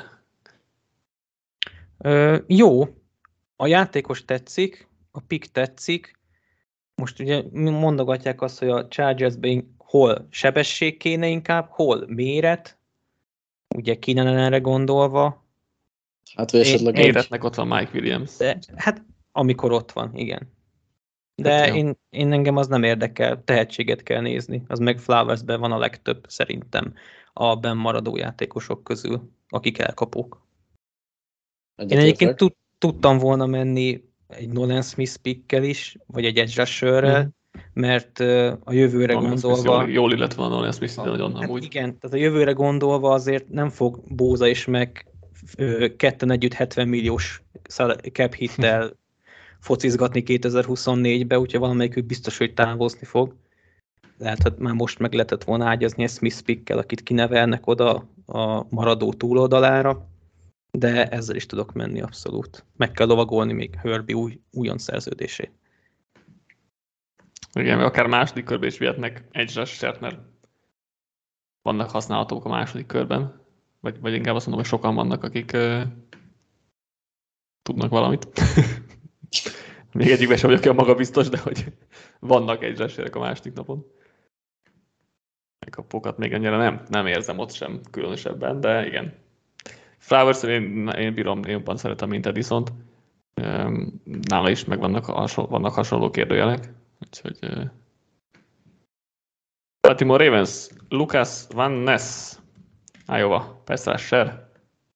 Jó, a játékos tetszik, a pick tetszik. Most ugye mondogatják azt, hogy a Chargersben hol sebesség kéne inkább, hol méret, ugye Keenan erre gondolva. Hát vagy esetleg Éretnek ott van Mike Williams. De, hát amikor ott van, igen. De hát én engem az nem érdekel, tehetséget kell nézni. Az meg Flowersben van a legtöbb szerintem a benn maradó játékosok közül, akik elkapók. Én egyébként tudtam volna menni egy Nolan Smith pickkel is, vagy egy edge rusherrel, mert a jövőre Nolan gondolva... Jól illet van Nolan Smith, de nagyon hát amúgy. igen, tehát a jövőre gondolva azért nem fog Bóza és meg ketten együtt 70 milliós cap hittel focizgatni 2024-be, úgyhogy valamelyikük biztos, hogy távozni fog. Lehet, hogy már most meg lehetett volna ágyazni a Smith pickkel, akit kinevelnek oda a maradó túloldalára, de ezzel is tudok menni abszolút. Meg kell lovagolni még Herbie újon szerződését. Igen, akár második körben is vihetnek egy rushert, mert vannak használhatók a második körben. Vagy inkább azt mondom, hogy sokan vannak, akik tudnak valamit. Még egyikben sem vagyok olyan magabiztos, de hogy vannak egy rusherek a második napon. Megkapókat még annyira nem érzem ott sem különösebben, de igen. Flowers én bírom, én jobban szeretem, mint Edisont. Nála is meg vannak hasonló kérdőjelek. Úgyhogy... Baltimore Ravens, Lucas Van Ness, Iowa, pass rusher.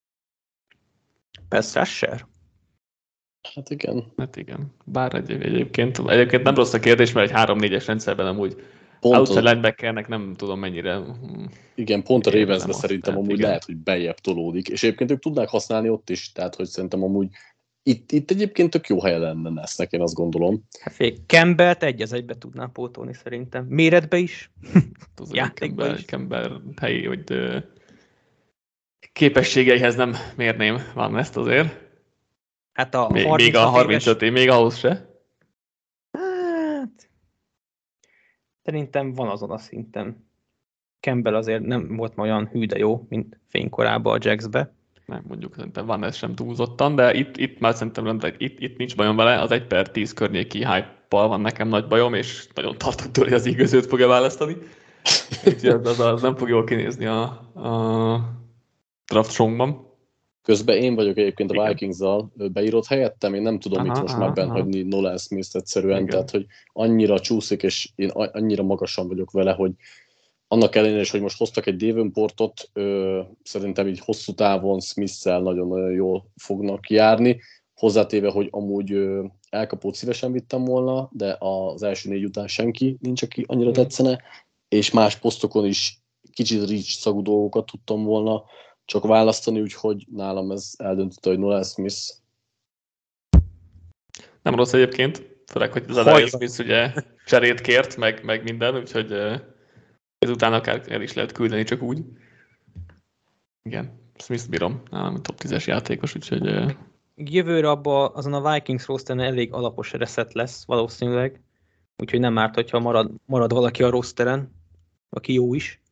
Pass rusher? Hát igen. Bár egyébként nem rossz a kérdés, mert egy 3-4-es rendszerben amúgy outside linebackernek nem tudom mennyire... Igen, pont a Ravensben szerintem amúgy igen. Lehet, hogy beljebb tolódik, és egyébként ők tudnák használni ott is, tehát hogy szerintem amúgy itt egyébként tök jó helye lenne Nessnek, én azt gondolom. Hát Campbellt egy az egybe tudná pótolni szerintem. Méretbe is, játékban is. Campbell helyi, hogy képességeihez nem mérném Van ezt azért. Hát a még a 35 év, még ahhoz se. Hát... Szerintem van azon a szinten. Campbell azért nem volt ma olyan hű de jó, mint fénykorában a Jacksbe. Nem, mondjuk szerintem Van ez sem túlzottan, de itt már szerintem itt nincs bajom vele, az 1/10 környéki hype-pal van nekem nagy bajom, és nagyon tartok tőle, hogy az igazőt fogja választani. Úgyhogy az nem fog jól kinézni a draft songban. Közben én vagyok egyébként a Vikings-zal beírott helyettem, én nem tudom itt most már benhagyni Nolan Smith-t egyszerűen, igen. Tehát hogy annyira csúszik, és én annyira magasan vagyok vele, hogy annak ellenére is, hogy most hoztak egy Davenportot, szerintem így hosszú távon Smith-szel nagyon-nagyon jól fognak járni, hozzátéve, hogy amúgy elkapót szívesen vittem volna, de az első 4 után senki nincs, aki annyira tetszene, és más posztokon is kicsit reach szagú dolgokat tudtam volna csak választani, úgyhogy nálam ez eldöntötte, hogy Nolan Smith. Nem rossz egyébként, főleg, hogy az Nolan Smith ugye cserét kért, meg minden, úgyhogy ezután akár el is lehet küldeni, csak úgy. Igen, Smith bírom, nálam top 10-es játékos, úgyhogy... Jövőre azon a Vikings rosteren elég alapos reset lesz valószínűleg, úgyhogy nem árt, hogyha marad valaki a rosteren, aki jó is.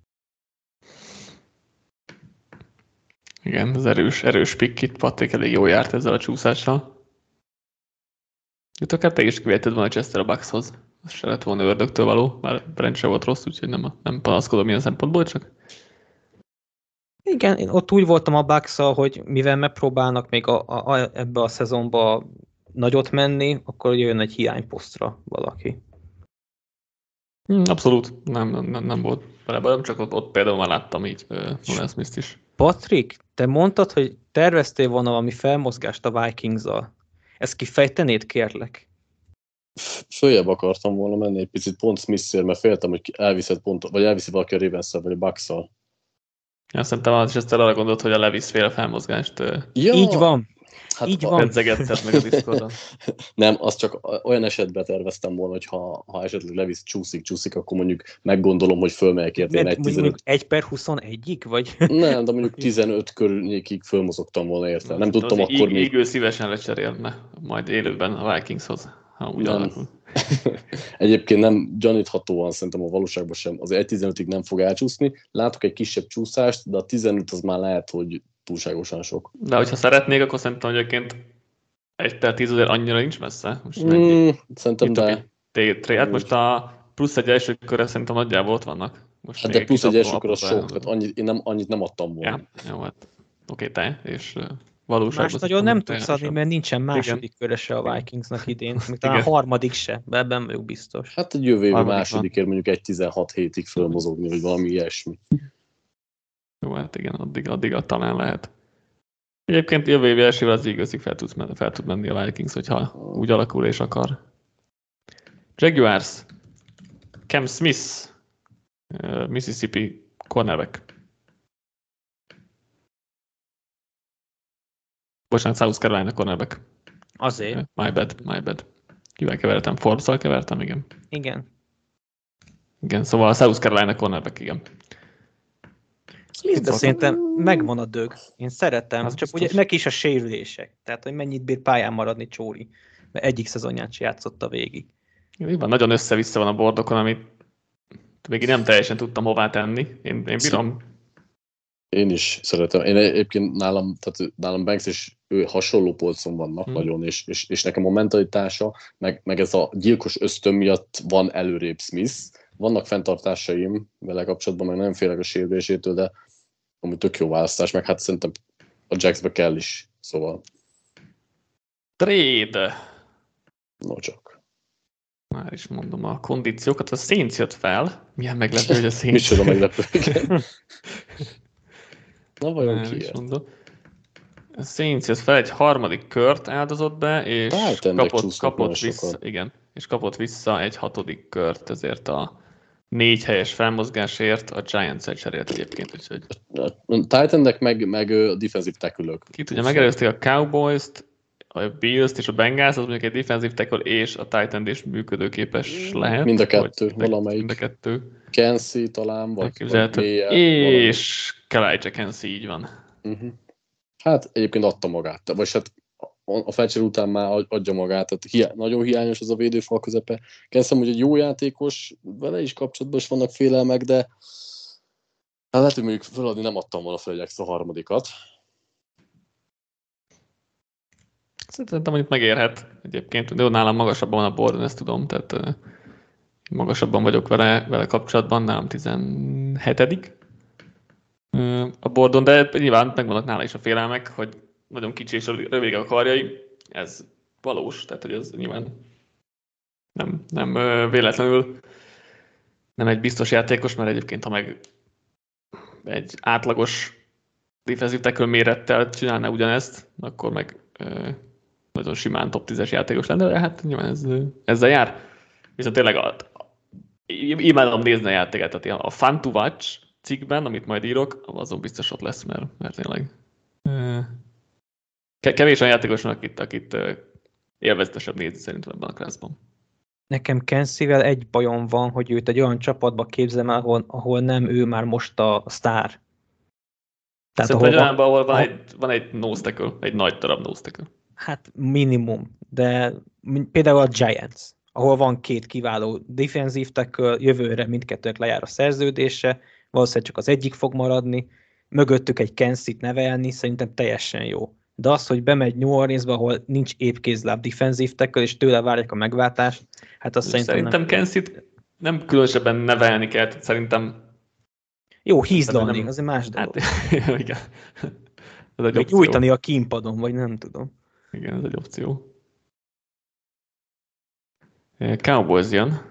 Igen, az erős pick itt, Patrik elég jól járt ezzel a csúszással. Itt akár te is kivéted volna Chester a Buckshoz. Az se lett volna ördögtől való, már Brent se volt rossz, úgyhogy nem panaszkodom ilyen szempontból, csak... Igen, én ott úgy voltam a Bucks-szal, hogy mivel megpróbálnak még ebbe a szezonba nagyot menni, akkor jön egy hiányposztra valaki. Abszolút, nem volt vele bajom, csak ott például már láttam így Nolan Smith-t is. Patrik, te mondtad, hogy terveztél volna valami felmozgást a Vikings-zal. Ezt kifejtenéd, kérlek? Följebb akartam volna menni egy picit pont Smith-ért, mert féltem, hogy elviszi valaki a Ravens-szel, vagy a Bucks-szal. Azt szerintem az is ezt arra gondolt, hogy a Levis féle felmozgást így van. Hát így van. Edzegetted meg a Discordon. Nem, azt csak olyan esetben terveztem volna, hogy ha esetleg Levis csúszik, akkor mondjuk meggondolom, hogy fölmegyek érte. Mondjuk 1/21-ig, vagy? Nem, de mondjuk 15 környékig fölmozogtam volna érte. Nem tudtam akkor még... Ígő szívesen lecserélne majd élőben a Vikingshoz, ha úgy alakul. Egyébként nem gyaníthatóan szerintem a valóságban sem. Az 1/15-ig nem fog elcsúszni. Látok egy kisebb csúszást, de a 15 az már lehet, hogy túlságosan sok. De hogyha szeretnék, akkor szerintem egyébként 1/10 azért annyira nincs messze. Most szerintem de... Hát most a plusz egy első körre szerintem nagyjából ott vannak. Most hát de plusz egy első kör az sok, tehát én annyit nem adtam volna. Ja, jó, hát oké, te, és valóságban. Más nagyon nem tudsz adni, mert nincsen második köre se a Vikingsnak idén. Még talán harmadik se, ebben vagyok biztos. Hát egy jövő évi másodikért mondjuk 16 hétig fölmozogni, vagy valami ilyesmi. Jó, hát igen, addig talán lehet. Egyébként jövő évi elsővel az igazig fel tud menni a Vikings, hogyha úgy alakul és akar. Jaguars, Cam Smith, Mississippi cornerback. Bocsánat, South Carolina cornerback. Azért. My bad. Kivel kevertem? Forbes-szal kevertem, igen. Igen, szóval a South Carolina cornerback, igen. De szerintem megvan a dög. Én szeretem, csak ugye neki is a sérülések. Tehát, hogy mennyit bír pályán maradni Csóri. Mert egyik szezonját se játszotta végig. Igen, nagyon össze-vissza van a bordokon, amit végig nem teljesen tudtam hová tenni. Én bírom. Én is szeretem. Én egyébként nálam Banks és ő hasonló polcon vannak nagyon, és nekem a mentalitása, meg ez a gyilkos ösztön miatt van előrébb Smith. Vannak fenntartásaim vele kapcsolatban, meg nem félek a sérülésétől, de amúgy tök jó választás, meg hát szerintem a Jacksbe kell is, szóval. Trade! No csak. Már is mondom a kondíciókat, a Saints jött fel. Milyen meglepő, hogy a Saints... Micsoda meglepő, igen. Na vajon ki A Saints jött fel, egy harmadik kört áldozott be, és kapott vissza egy hatodik kört, ezért a 4 helyes felmozgásért a Giants-el cserélt egyébként. Úgyhogy... A Titanek meg a defensive tackle-ök. Ki tudja, megelőzték a Cowboys-t, a Bills-t és a Bengals, az mondjuk egy defensive tackle és a Titan is működőképes lehet. Mind a kettő, valamelyik. Mind a kettő. Kensi talán, vagy és Kalijah Kensi, így van. Uh-huh. Hát egyébként adta magát, vagy hát a felcsere után már adja magát, tehát nagyon hiányos az a védőfal közepe. Kezdtem, hogy egy jó játékos, vele is kapcsolatban is vannak félelmek, de hát lehet, hogy mondjuk feladni nem adtam volna fel egy extra harmadikat. Szerintem mondjuk megérhet egyébként, de nálam magasabban van a boardon, ezt tudom, tehát magasabban vagyok vele kapcsolatban, nálam 17. A boardon, de nyilván megvannak nála is a félelmek, hogy nagyon kicsi és rövid a karjai, ez valós, tehát hogy ez nyilván nem véletlenül nem egy biztos játékos, mert egyébként ha meg egy átlagos defensive tackle mérettel csinálna ugyanezt, akkor meg nagyon simán top 10-es játékos lenne, de hát nyilván ezzel jár. Viszont tényleg imádom nézni a játéket, tehát a Fun to Watch cikkben, amit majd írok, azon biztos ott lesz, mert tényleg kevés olyan játékos van, akit élvezetesebb nézni szerintem ebben a classban. Nekem Kensivel egy bajom van, hogy őt egy olyan csapatba képzelem el, ahol nem ő már most a sztár. Tehát ahol van egy nose tackle, egy nagy darab nose tackle. Hát minimum, de például a Giants, ahol van 2 kiváló defensive tackle, jövőre mindkettőnek lejár a szerződése, valószínűleg csak az egyik fog maradni, mögöttük egy Kensit nevelni, szerintem teljesen jó. De az, hogy bemegy New Orleansba, ahol nincs épkézláb defensive tackle, és tőle várják a megváltást, hát azt szerintem Kensit nem különösebben nevelni kell, szerintem jó, hízlalni, az egy más dolog. Hát, igen. Ez egy vagy nyújtani a kínpadon, vagy nem tudom. Igen, ez egy opció. Cowboys jön.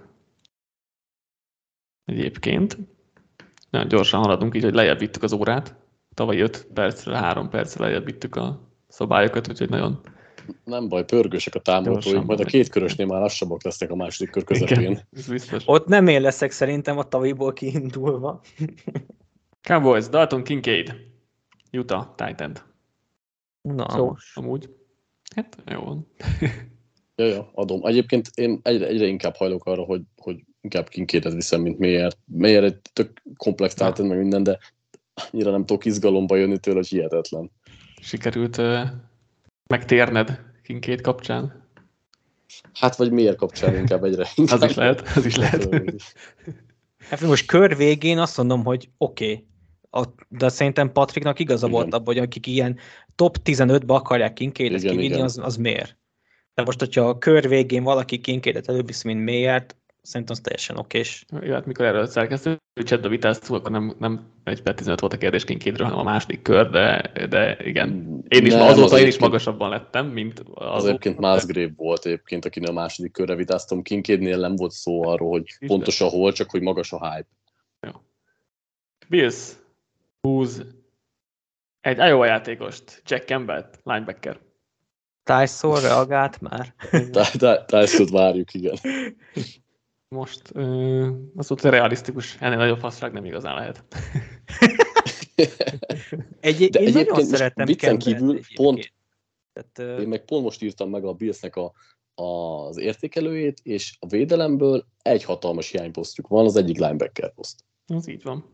Egyébként. Nagyon gyorsan haladunk, így, hogy lejjebb vittük az órát. Tavaly 5 percre, 3 percre lejjebb vittük a szabályokat, úgyhogy nagyon... Nem baj, pörgősek a támogatóink, majd a 2 körösnél már lassabbak lesznek a második kör közepén. Igen, ez biztos. Ott nem én leszek szerintem a tavalyiból kiindulva. Cowboys, Dalton Kincaid, Utah, Titan. Na, szóval, amúgy. Hát, jó van. Ja, adom. Egyébként én egyre inkább hajlok arra, hogy inkább Kincaidet viszem, mint Mayert. Mayer egy tök komplex Titan, meg minden, de annyira nem tudok izgalomba jönni tőle, hogy hihetetlen. Sikerült megtérned Kincaid kapcsán? Hát, vagy Mayer kapcsán inkább egyre inkább. Az is lehet. Hát most kör végén azt mondom, hogy oké. De szerintem Patricknak igaza volt abban, hogy akik ilyen top 15-be akarják Kincaidet kivinni, az miért? De most, hogyha a kör végén valaki Kincaidet előbb viszi, mint Mayert, szerintem az teljesen okés. Ja, hát mikor erről szerkesztő chatbe vitáztunk, akkor nem 1/15 volt a kérdés Kincaidről, hanem a második kör, de igen. Én is azóta én is magasabban lettem, mint az egyébként Musgrave volt egyébként, akinél a második körre vitáztam. Kincaidnél nem volt szó arról, hogy pontosan hol, csak hogy magas a hype. Jó. Bills húz egy Iowa játékost, Jack Campbell, linebacker. Tyson reagált már. Tyson-t várjuk, igen. Most az volt realisztikus, ennél nagyobb faszság nem igazán lehet. Én nagyon szeretem viccen kívül pont, tehát, én meg pont most írtam meg a Billsnek az értékelőjét, és a védelemből egy hatalmas hiányposztjuk van, az egyik linebacker poszt. Ez így van.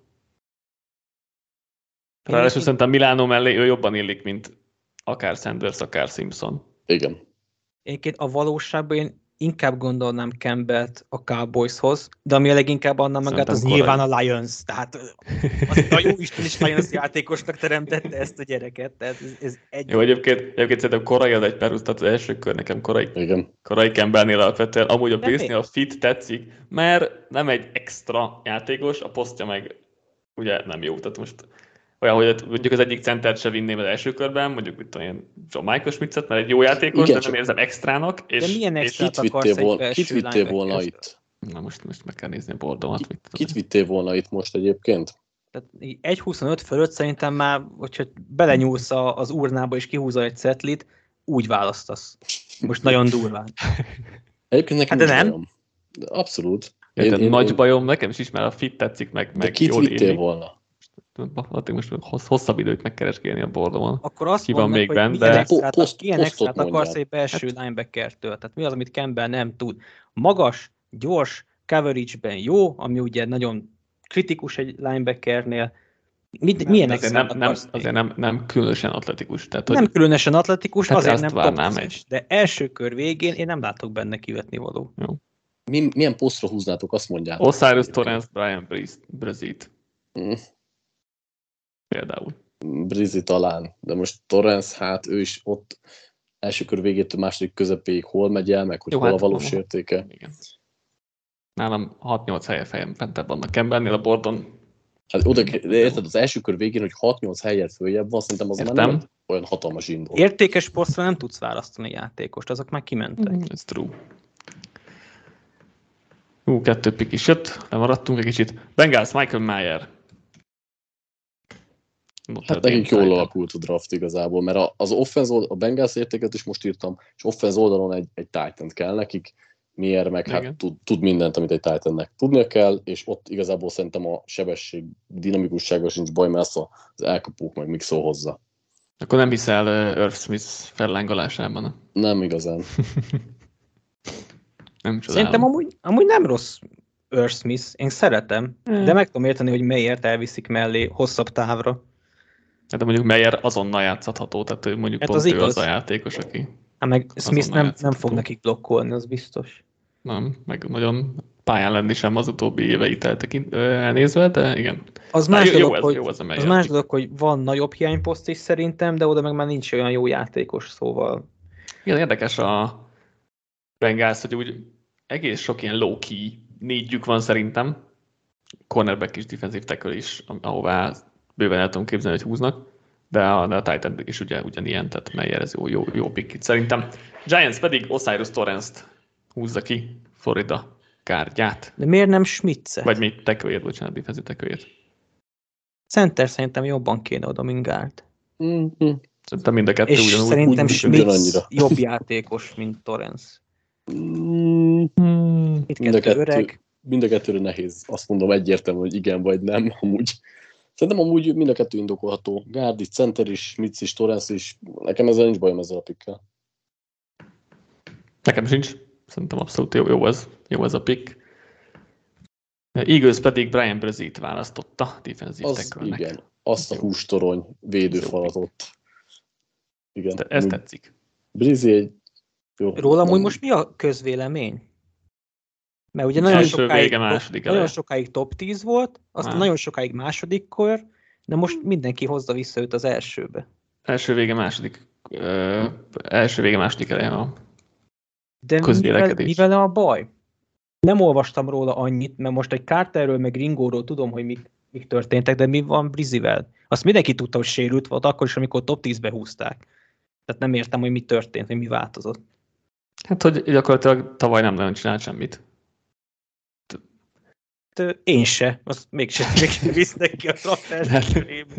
Ráadásul szerintem Milano mellé ő jobban illik, mint akár Sanders, akár Simpson. Igen. Egyébként a valóságban én inkább gondolnám Campbellt a Cowboyshoz, de ami a leginkább annál magát, az nyilván a Lions. Tehát a jóisten is Lions játékosnak teremtette ezt a gyereket. Tehát ez egy... Jó, egyébként szerintem korai az egy perus, tehát az első kör nekem korai Campbellnél alapvetően. Amúgy a Billsnél a fit tetszik, mert nem egy extra játékos, a posztja meg ugye nem jó. Tehát most olyan, hogy mondjuk az egyik centert se vinném az első körben, mondjuk mit tudom én, John Michael Schmitzet, mert egy jó játékos, igen, de nem érzem extrának. De milyen extrát akarsz egy belső kit vittél volna itt? Na most meg kell nézni a bordomat. Kit vittél volna itt most egyébként? Tehát 1.25 fölött szerintem már, hogyha belenyúlsz az urnába és kihúzol egy cetlit, úgy választasz. Most nagyon durván. Egyébként nekem hát de nem? Bajom. Abszolút. Nagy bajom, nekem is már a fit tetszik, meg kit jól vittél volna? Most hosszabb időt megkeresgélni a bordomon. Akkor azt ki van meg, még benn, milyen extrát akarsz egy belső linebackertől? Tehát mi az, amit Campbell nem tud? Magas, gyors, coverage-ben jó, ami ugye nagyon kritikus egy linebackernél. Milyen extrát akarsz? Azért nem különösen atletikus. Tehát, nem különösen atletikus, tehát azért nem várnám de első kör végén én nem látok benne kivetni való. Jó. Milyen posztra húznátok, azt mondjátok? Osiris Torrance, Brian Brzit. Például. Brizzi talán, de most Torrance, hát ő is ott első kör végétől második közepéig hol megy el, meg hogy hol a valós értéke. Igen. Nálam 6-8 helyen fejem fentebb vannak Campbellnél a bordon. Hát oda, érted, az első kör végén, hogy 6-8 helyet följebb van, szerintem az már nem olyan hatalmas indul. Értékes posztra nem tudsz választani játékost, azok már kimentek. Ez true. 2 pick is jött, lemaradtunk egy kicsit. Bengals, Michael Mayer. Hát nekik jól alakult a draft igazából, mert az offense a Bengals értéket is most írtam, és offense oldalon egy Titan kell nekik, miért meg hát tud mindent, amit egy Titannek tudnia kell, és ott igazából szerintem a sebesség, dinamikussága sincs baj, mert az elkapók meg mixol hozzá. Akkor nem hiszel Irv Smith fellángolásában? Nem igazán. Nem szerintem amúgy nem rossz Irv Smith, én szeretem, de meg tudom érteni, hogy Mayert elviszik mellé hosszabb távra. De mondjuk Meyer azonnal játszható, tehát mondjuk hát pont ő az a játékos, aki... Hát meg Smith nem fog nekik blokkolni, az biztos. Nem, meg nagyon pályán lenni sem az utóbbi éveit elnézve, de igen. Az más dolog, hogy van nagyobb hiányposzt is szerintem, de oda meg már nincs olyan jó játékos, szóval... Igen, érdekes a Bengals, hogy úgy egész sok ilyen low-key négyük van szerintem. Cornerback is, defensive tackle is, ahová bőven el tudom képzelni, hogy húznak, de a Titan is ugyanilyen, tehát Meyer ez jó pick itt szerintem. Giants pedig Osiris Torrance-t húzza ki, Florida kártyát. De miért nem Schmitz-et? Vagy még tackle-ért, bocsánat, defensive tackle-ért. Center szerintem jobban kéne oda Mingált. Szerintem mind a kettő és ugyanúgy. És szerintem Schmitz jobb játékos, mint Torrance. Mind a kettőre nehéz. Azt mondom egyértelmű, hogy igen vagy nem. Szerintem amúgy mind a kettő indokolható. Gárdi, center is, Schmitz is, Torrance is. Nekem ezzel nincs bajom ezzel a pickkel. Nekem sincs. Szerintem abszolút jó ez a pick. Eagles pedig Brian Brzit választotta defensive tackle-nek. Igen, azt a hústorony védőfalatot. Igen. Ez tetszik. Brzit egy jó. Róla amúgy most mi a közvélemény? Mert ugye nagyon sokáig top 10 volt, aztán nagyon sokáig második kör, de most mindenki hozza vissza őt az elsőbe. Első vége második eleje a de közvélekedés. Mivel a baj? Nem olvastam róla annyit, mert most egy Carterről meg Ringóról tudom, hogy mik történtek, de mi van Brizzivel? Azt mindenki tudta, hogy sérült volt, akkor is, amikor top 10-be húzták. Tehát nem értem, hogy mi történt, hogy mi változott. Hát, hogy gyakorlatilag tavaly nem nagyon csinált semmit. Én se, azt mégsem visznek ki a draft körébe.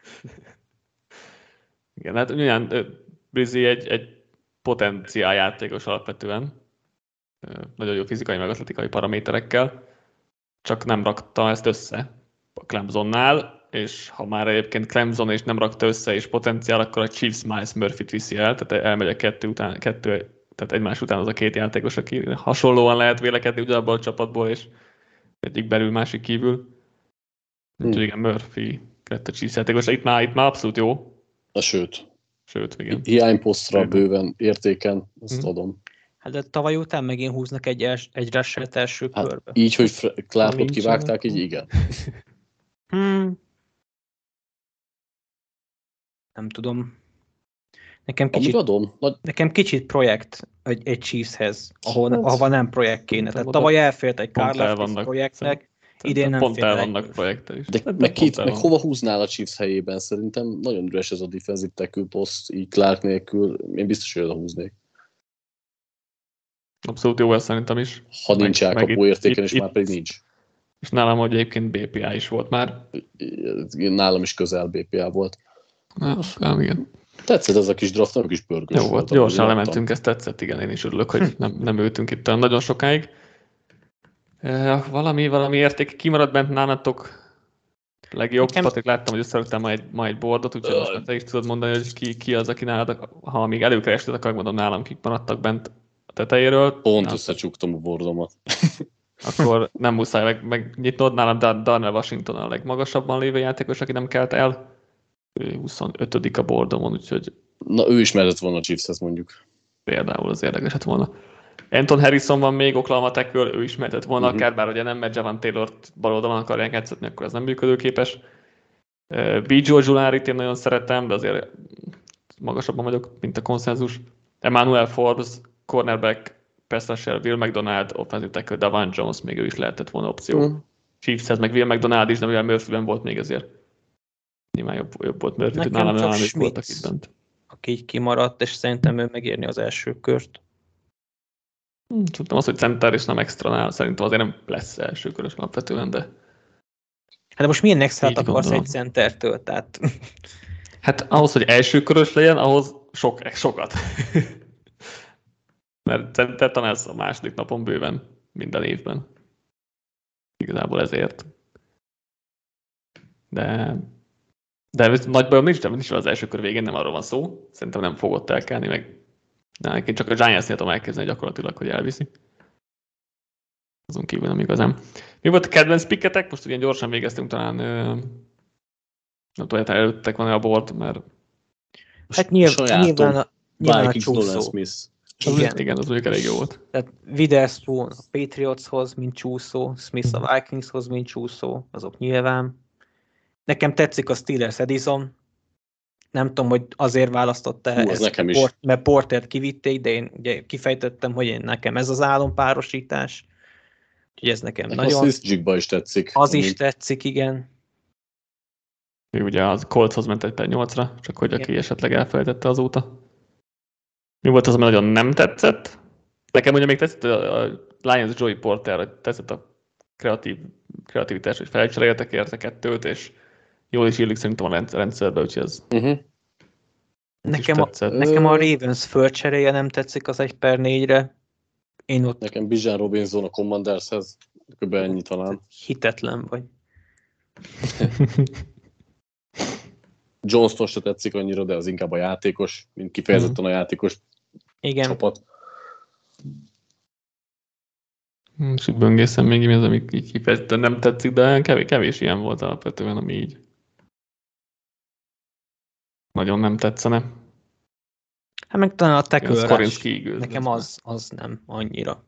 Igen, hát ugyan Brizzi egy potenciál játékos alapvetően. Nagyon jó fizikai meg atletikai paraméterekkel, csak nem rakta ezt össze a Clemsonnál, és ha már egyébként Clemson és nem rakta össze és potenciál, akkor a Chiefs Miles Murphy-t viszi el, tehát elmegy a kettő, tehát egymás után az a két játékos, aki hasonlóan lehet vélekedni ugyanabban a csapatból, és egyik belül, másik kívül. Úgyhogy igen, Murphy lett a Chiefs játékos. Itt már abszolút jó. Sőt, igen. Hiányposztra bőven értéken, azt adom. Hát de tavaly után megint húznak egy rushet első körbe. Így, hogy Clarkot kivágták, így igen. Nem tudom. Nekem kicsit projekt egy Chiefshez, ahova nem projekt kéne. Tehát tavaly elfért egy Carl Leftis projektnek, idén nem pont el vannak projekttel is. De meg hova húznál a Chiefs helyében? Szerintem nagyon üres ez a defensive tackle poszt, így Clark nélkül. Én biztos, hogy oda húznék. Abszolút jó ez szerintem is. Ha nincs elkapó értéken, és már pedig nincs. És nálam, hogy egyébként BPA is volt már. Nálam is közel BPA volt. Igen. Tetszett ez a kis draft, nem kis pörgős jó volt. Gyorsan lementünk, ezt tetszett, igen, én is örülök, hogy nem ültünk itt nagyon sokáig. Valami érték kimaradt bent nálatok legjobb. Patrik, láttam, hogy összeraktam ma egy boardot, úgyhogy most te is tudod mondani, hogy ki az, aki nálad, ha még előkerested, akkor mondom nálam, kik maradtak bent a tetejéről. Pont összecsuktam a boardomat. Akkor nem muszáj megnyitnod, nálam Darnell Washington a legmagasabban lévő játékos, aki nem kelt el. Ő 25. a boardomon, úgyhogy... Na, ő is mehetett volna a Chiefshez, mondjuk. Például az érdekes lett volna. Anton Harrison van még, Oklahoma Tackle, ő is mehetett volna, akár bár ugye nem, mert Javon Taylort bal oldalon akarják játszatni, akkor ez nem működőképes. B. Ojulari-t én nagyon szeretem, de azért magasabban vagyok, mint a konszenzus. Emmanuel Forbes, cornerback, pass rusher, Will McDonald, offensive tackle, Davon Jones, még ő is lehetett volna opció. Chiefshez, meg Will McDonald is, de mivel Murphyben volt még ezért. Nyilván jobb volt Murphy, hogy nálam is voltak itt bent. Aki így kimaradt, és szerintem ő megérni az első kört. Tudtam azt, hogy center és nem extranál, szerintem azért nem lesz első körös alapvetően, de... Hát de most milyen extrát akarsz egy centertől, tehát... Hát ahhoz, hogy első körös legyen, ahhoz sokat. Mert center tanálsz a második napon bőven, minden évben. Igazából ezért. De nagy bajom nincs az első kör végén, nem arról van szó. Szerintem nem fogott elkelni, meg én csak a Giants-nél tudom elkezdeni gyakorlatilag, hogy elviszi. Azon kívül nem igazán. Mi volt a kedvenc pikketek? Most ugyan gyorsan végeztünk, talán nem tudom, előttek van a board, mert... Hát nyilván a csúszó. Igen, az mondjuk elég jó volt. Tehát Witherspoon a Patriotshoz, mint csúszó, Smith a Vikingshoz, mint csúszó, azok nyilván. Nekem tetszik a Steelers Edison. Nem tudom, hogy azért választotta ezt, mert Portert kivitték, de én ugye kifejtettem, hogy nekem ez az álompárosítás. Úgyhogy ez nekem nagyon... A Swiss is tetszik. Az is tetszik, igen. Még ugye az Coltshoz ment 1/8-ra, csak hogy aki esetleg elfelejtette azóta. Mi volt az, ami nagyon nem tetszett? Nekem ugye még tetszett a Lions Joey Porter, tetszett a kreativitás, hogy felcseréltek érte 2-t, és jól is illik szerintem a rendszerbe, úgyhogy ez... Nekem a Ravens fölcserélje nem tetszik az 1/4-re. Nekem Bijan Robinson a Commandershez, kb. Ennyi talán. Hitetlen vagy. Johnston se tetszik annyira, de az inkább a játékos, mint kifejezetten a játékos csapat. És itt böngészem még mi az, ami így kifejezetten nem tetszik, de kevés ilyen volt alapvetően, ami így nagyon nem tetszene. Hát meg talán a tekölrás. Nekem az nem annyira.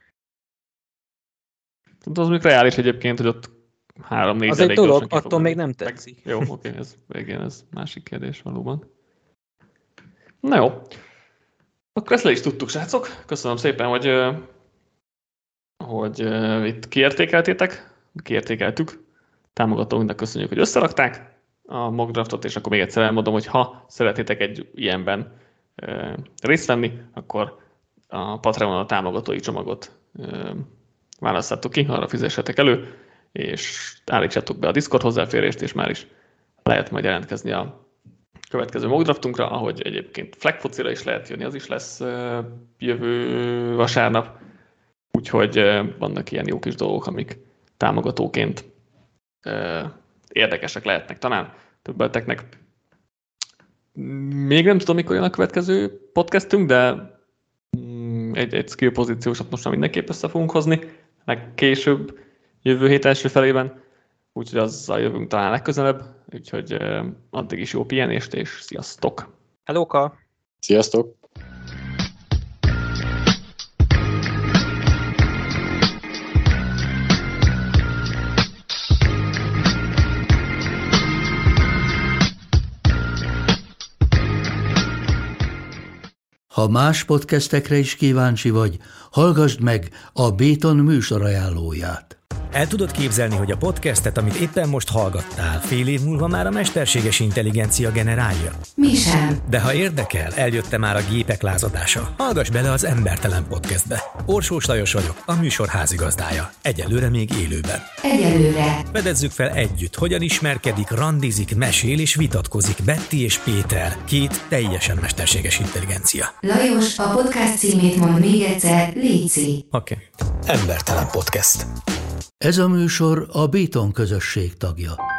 Az mondjuk reális egyébként, hogy ott 3-4 az egy dolog, attól még nem tetszik. Jó, oké, ez másik kérdés valóban. Na jó. Akkor ezt le is tudtuk, srácok. Köszönöm szépen, hogy hogy itt kiértékeltük, támogatóinknak köszönjük, hogy összerakták a mock draftot, és akkor még egyszer elmondom, hogy ha szeretnétek egy ilyenben részt venni, akkor a Patreonon a támogatói csomagot választhattok ki, arra fizessetek elő, és állítsátok be a Discord hozzáférést, és már is lehet majd jelentkezni a következő mock draftunkra, ahogy egyébként flag focira is lehet jönni, az is lesz jövő vasárnap, úgyhogy vannak ilyen jó kis dolgok, amik támogatóként érdekesek lehetnek talán többeteknek. Még nem tudom, mikor jön a következő podcastünk, de egy skill pozíciósat most már mindenképp össze fogunk hozni, legkésőbb jövő hét első felében, úgyhogy azzal jövünk talán legközelebb, úgyhogy addig is jó pihenést, és sziasztok! Hellóka! Sziasztok! Ha más podcastekre is kíváncsi vagy, hallgassd meg a Béton műsor ajánlóját. El tudod képzelni, hogy a podcastet, amit éppen most hallgattál, fél év múlva már a mesterséges intelligencia generálja? Mi sem. De ha érdekel, eljött már a gépek lázadása. Hallgass bele az Embertelen Podcastbe. Orsós Lajos vagyok, a műsor házigazdája. Egyelőre még élőben. Egyelőre. Fedezzük fel együtt, hogyan ismerkedik, randizik, mesél és vitatkozik Betty és Péter, két teljesen mesterséges intelligencia. Lajos, a podcast címét mond még egyszer, léci. Oké. Embertelen Podcast. Ez a műsor a Béton közösség tagja.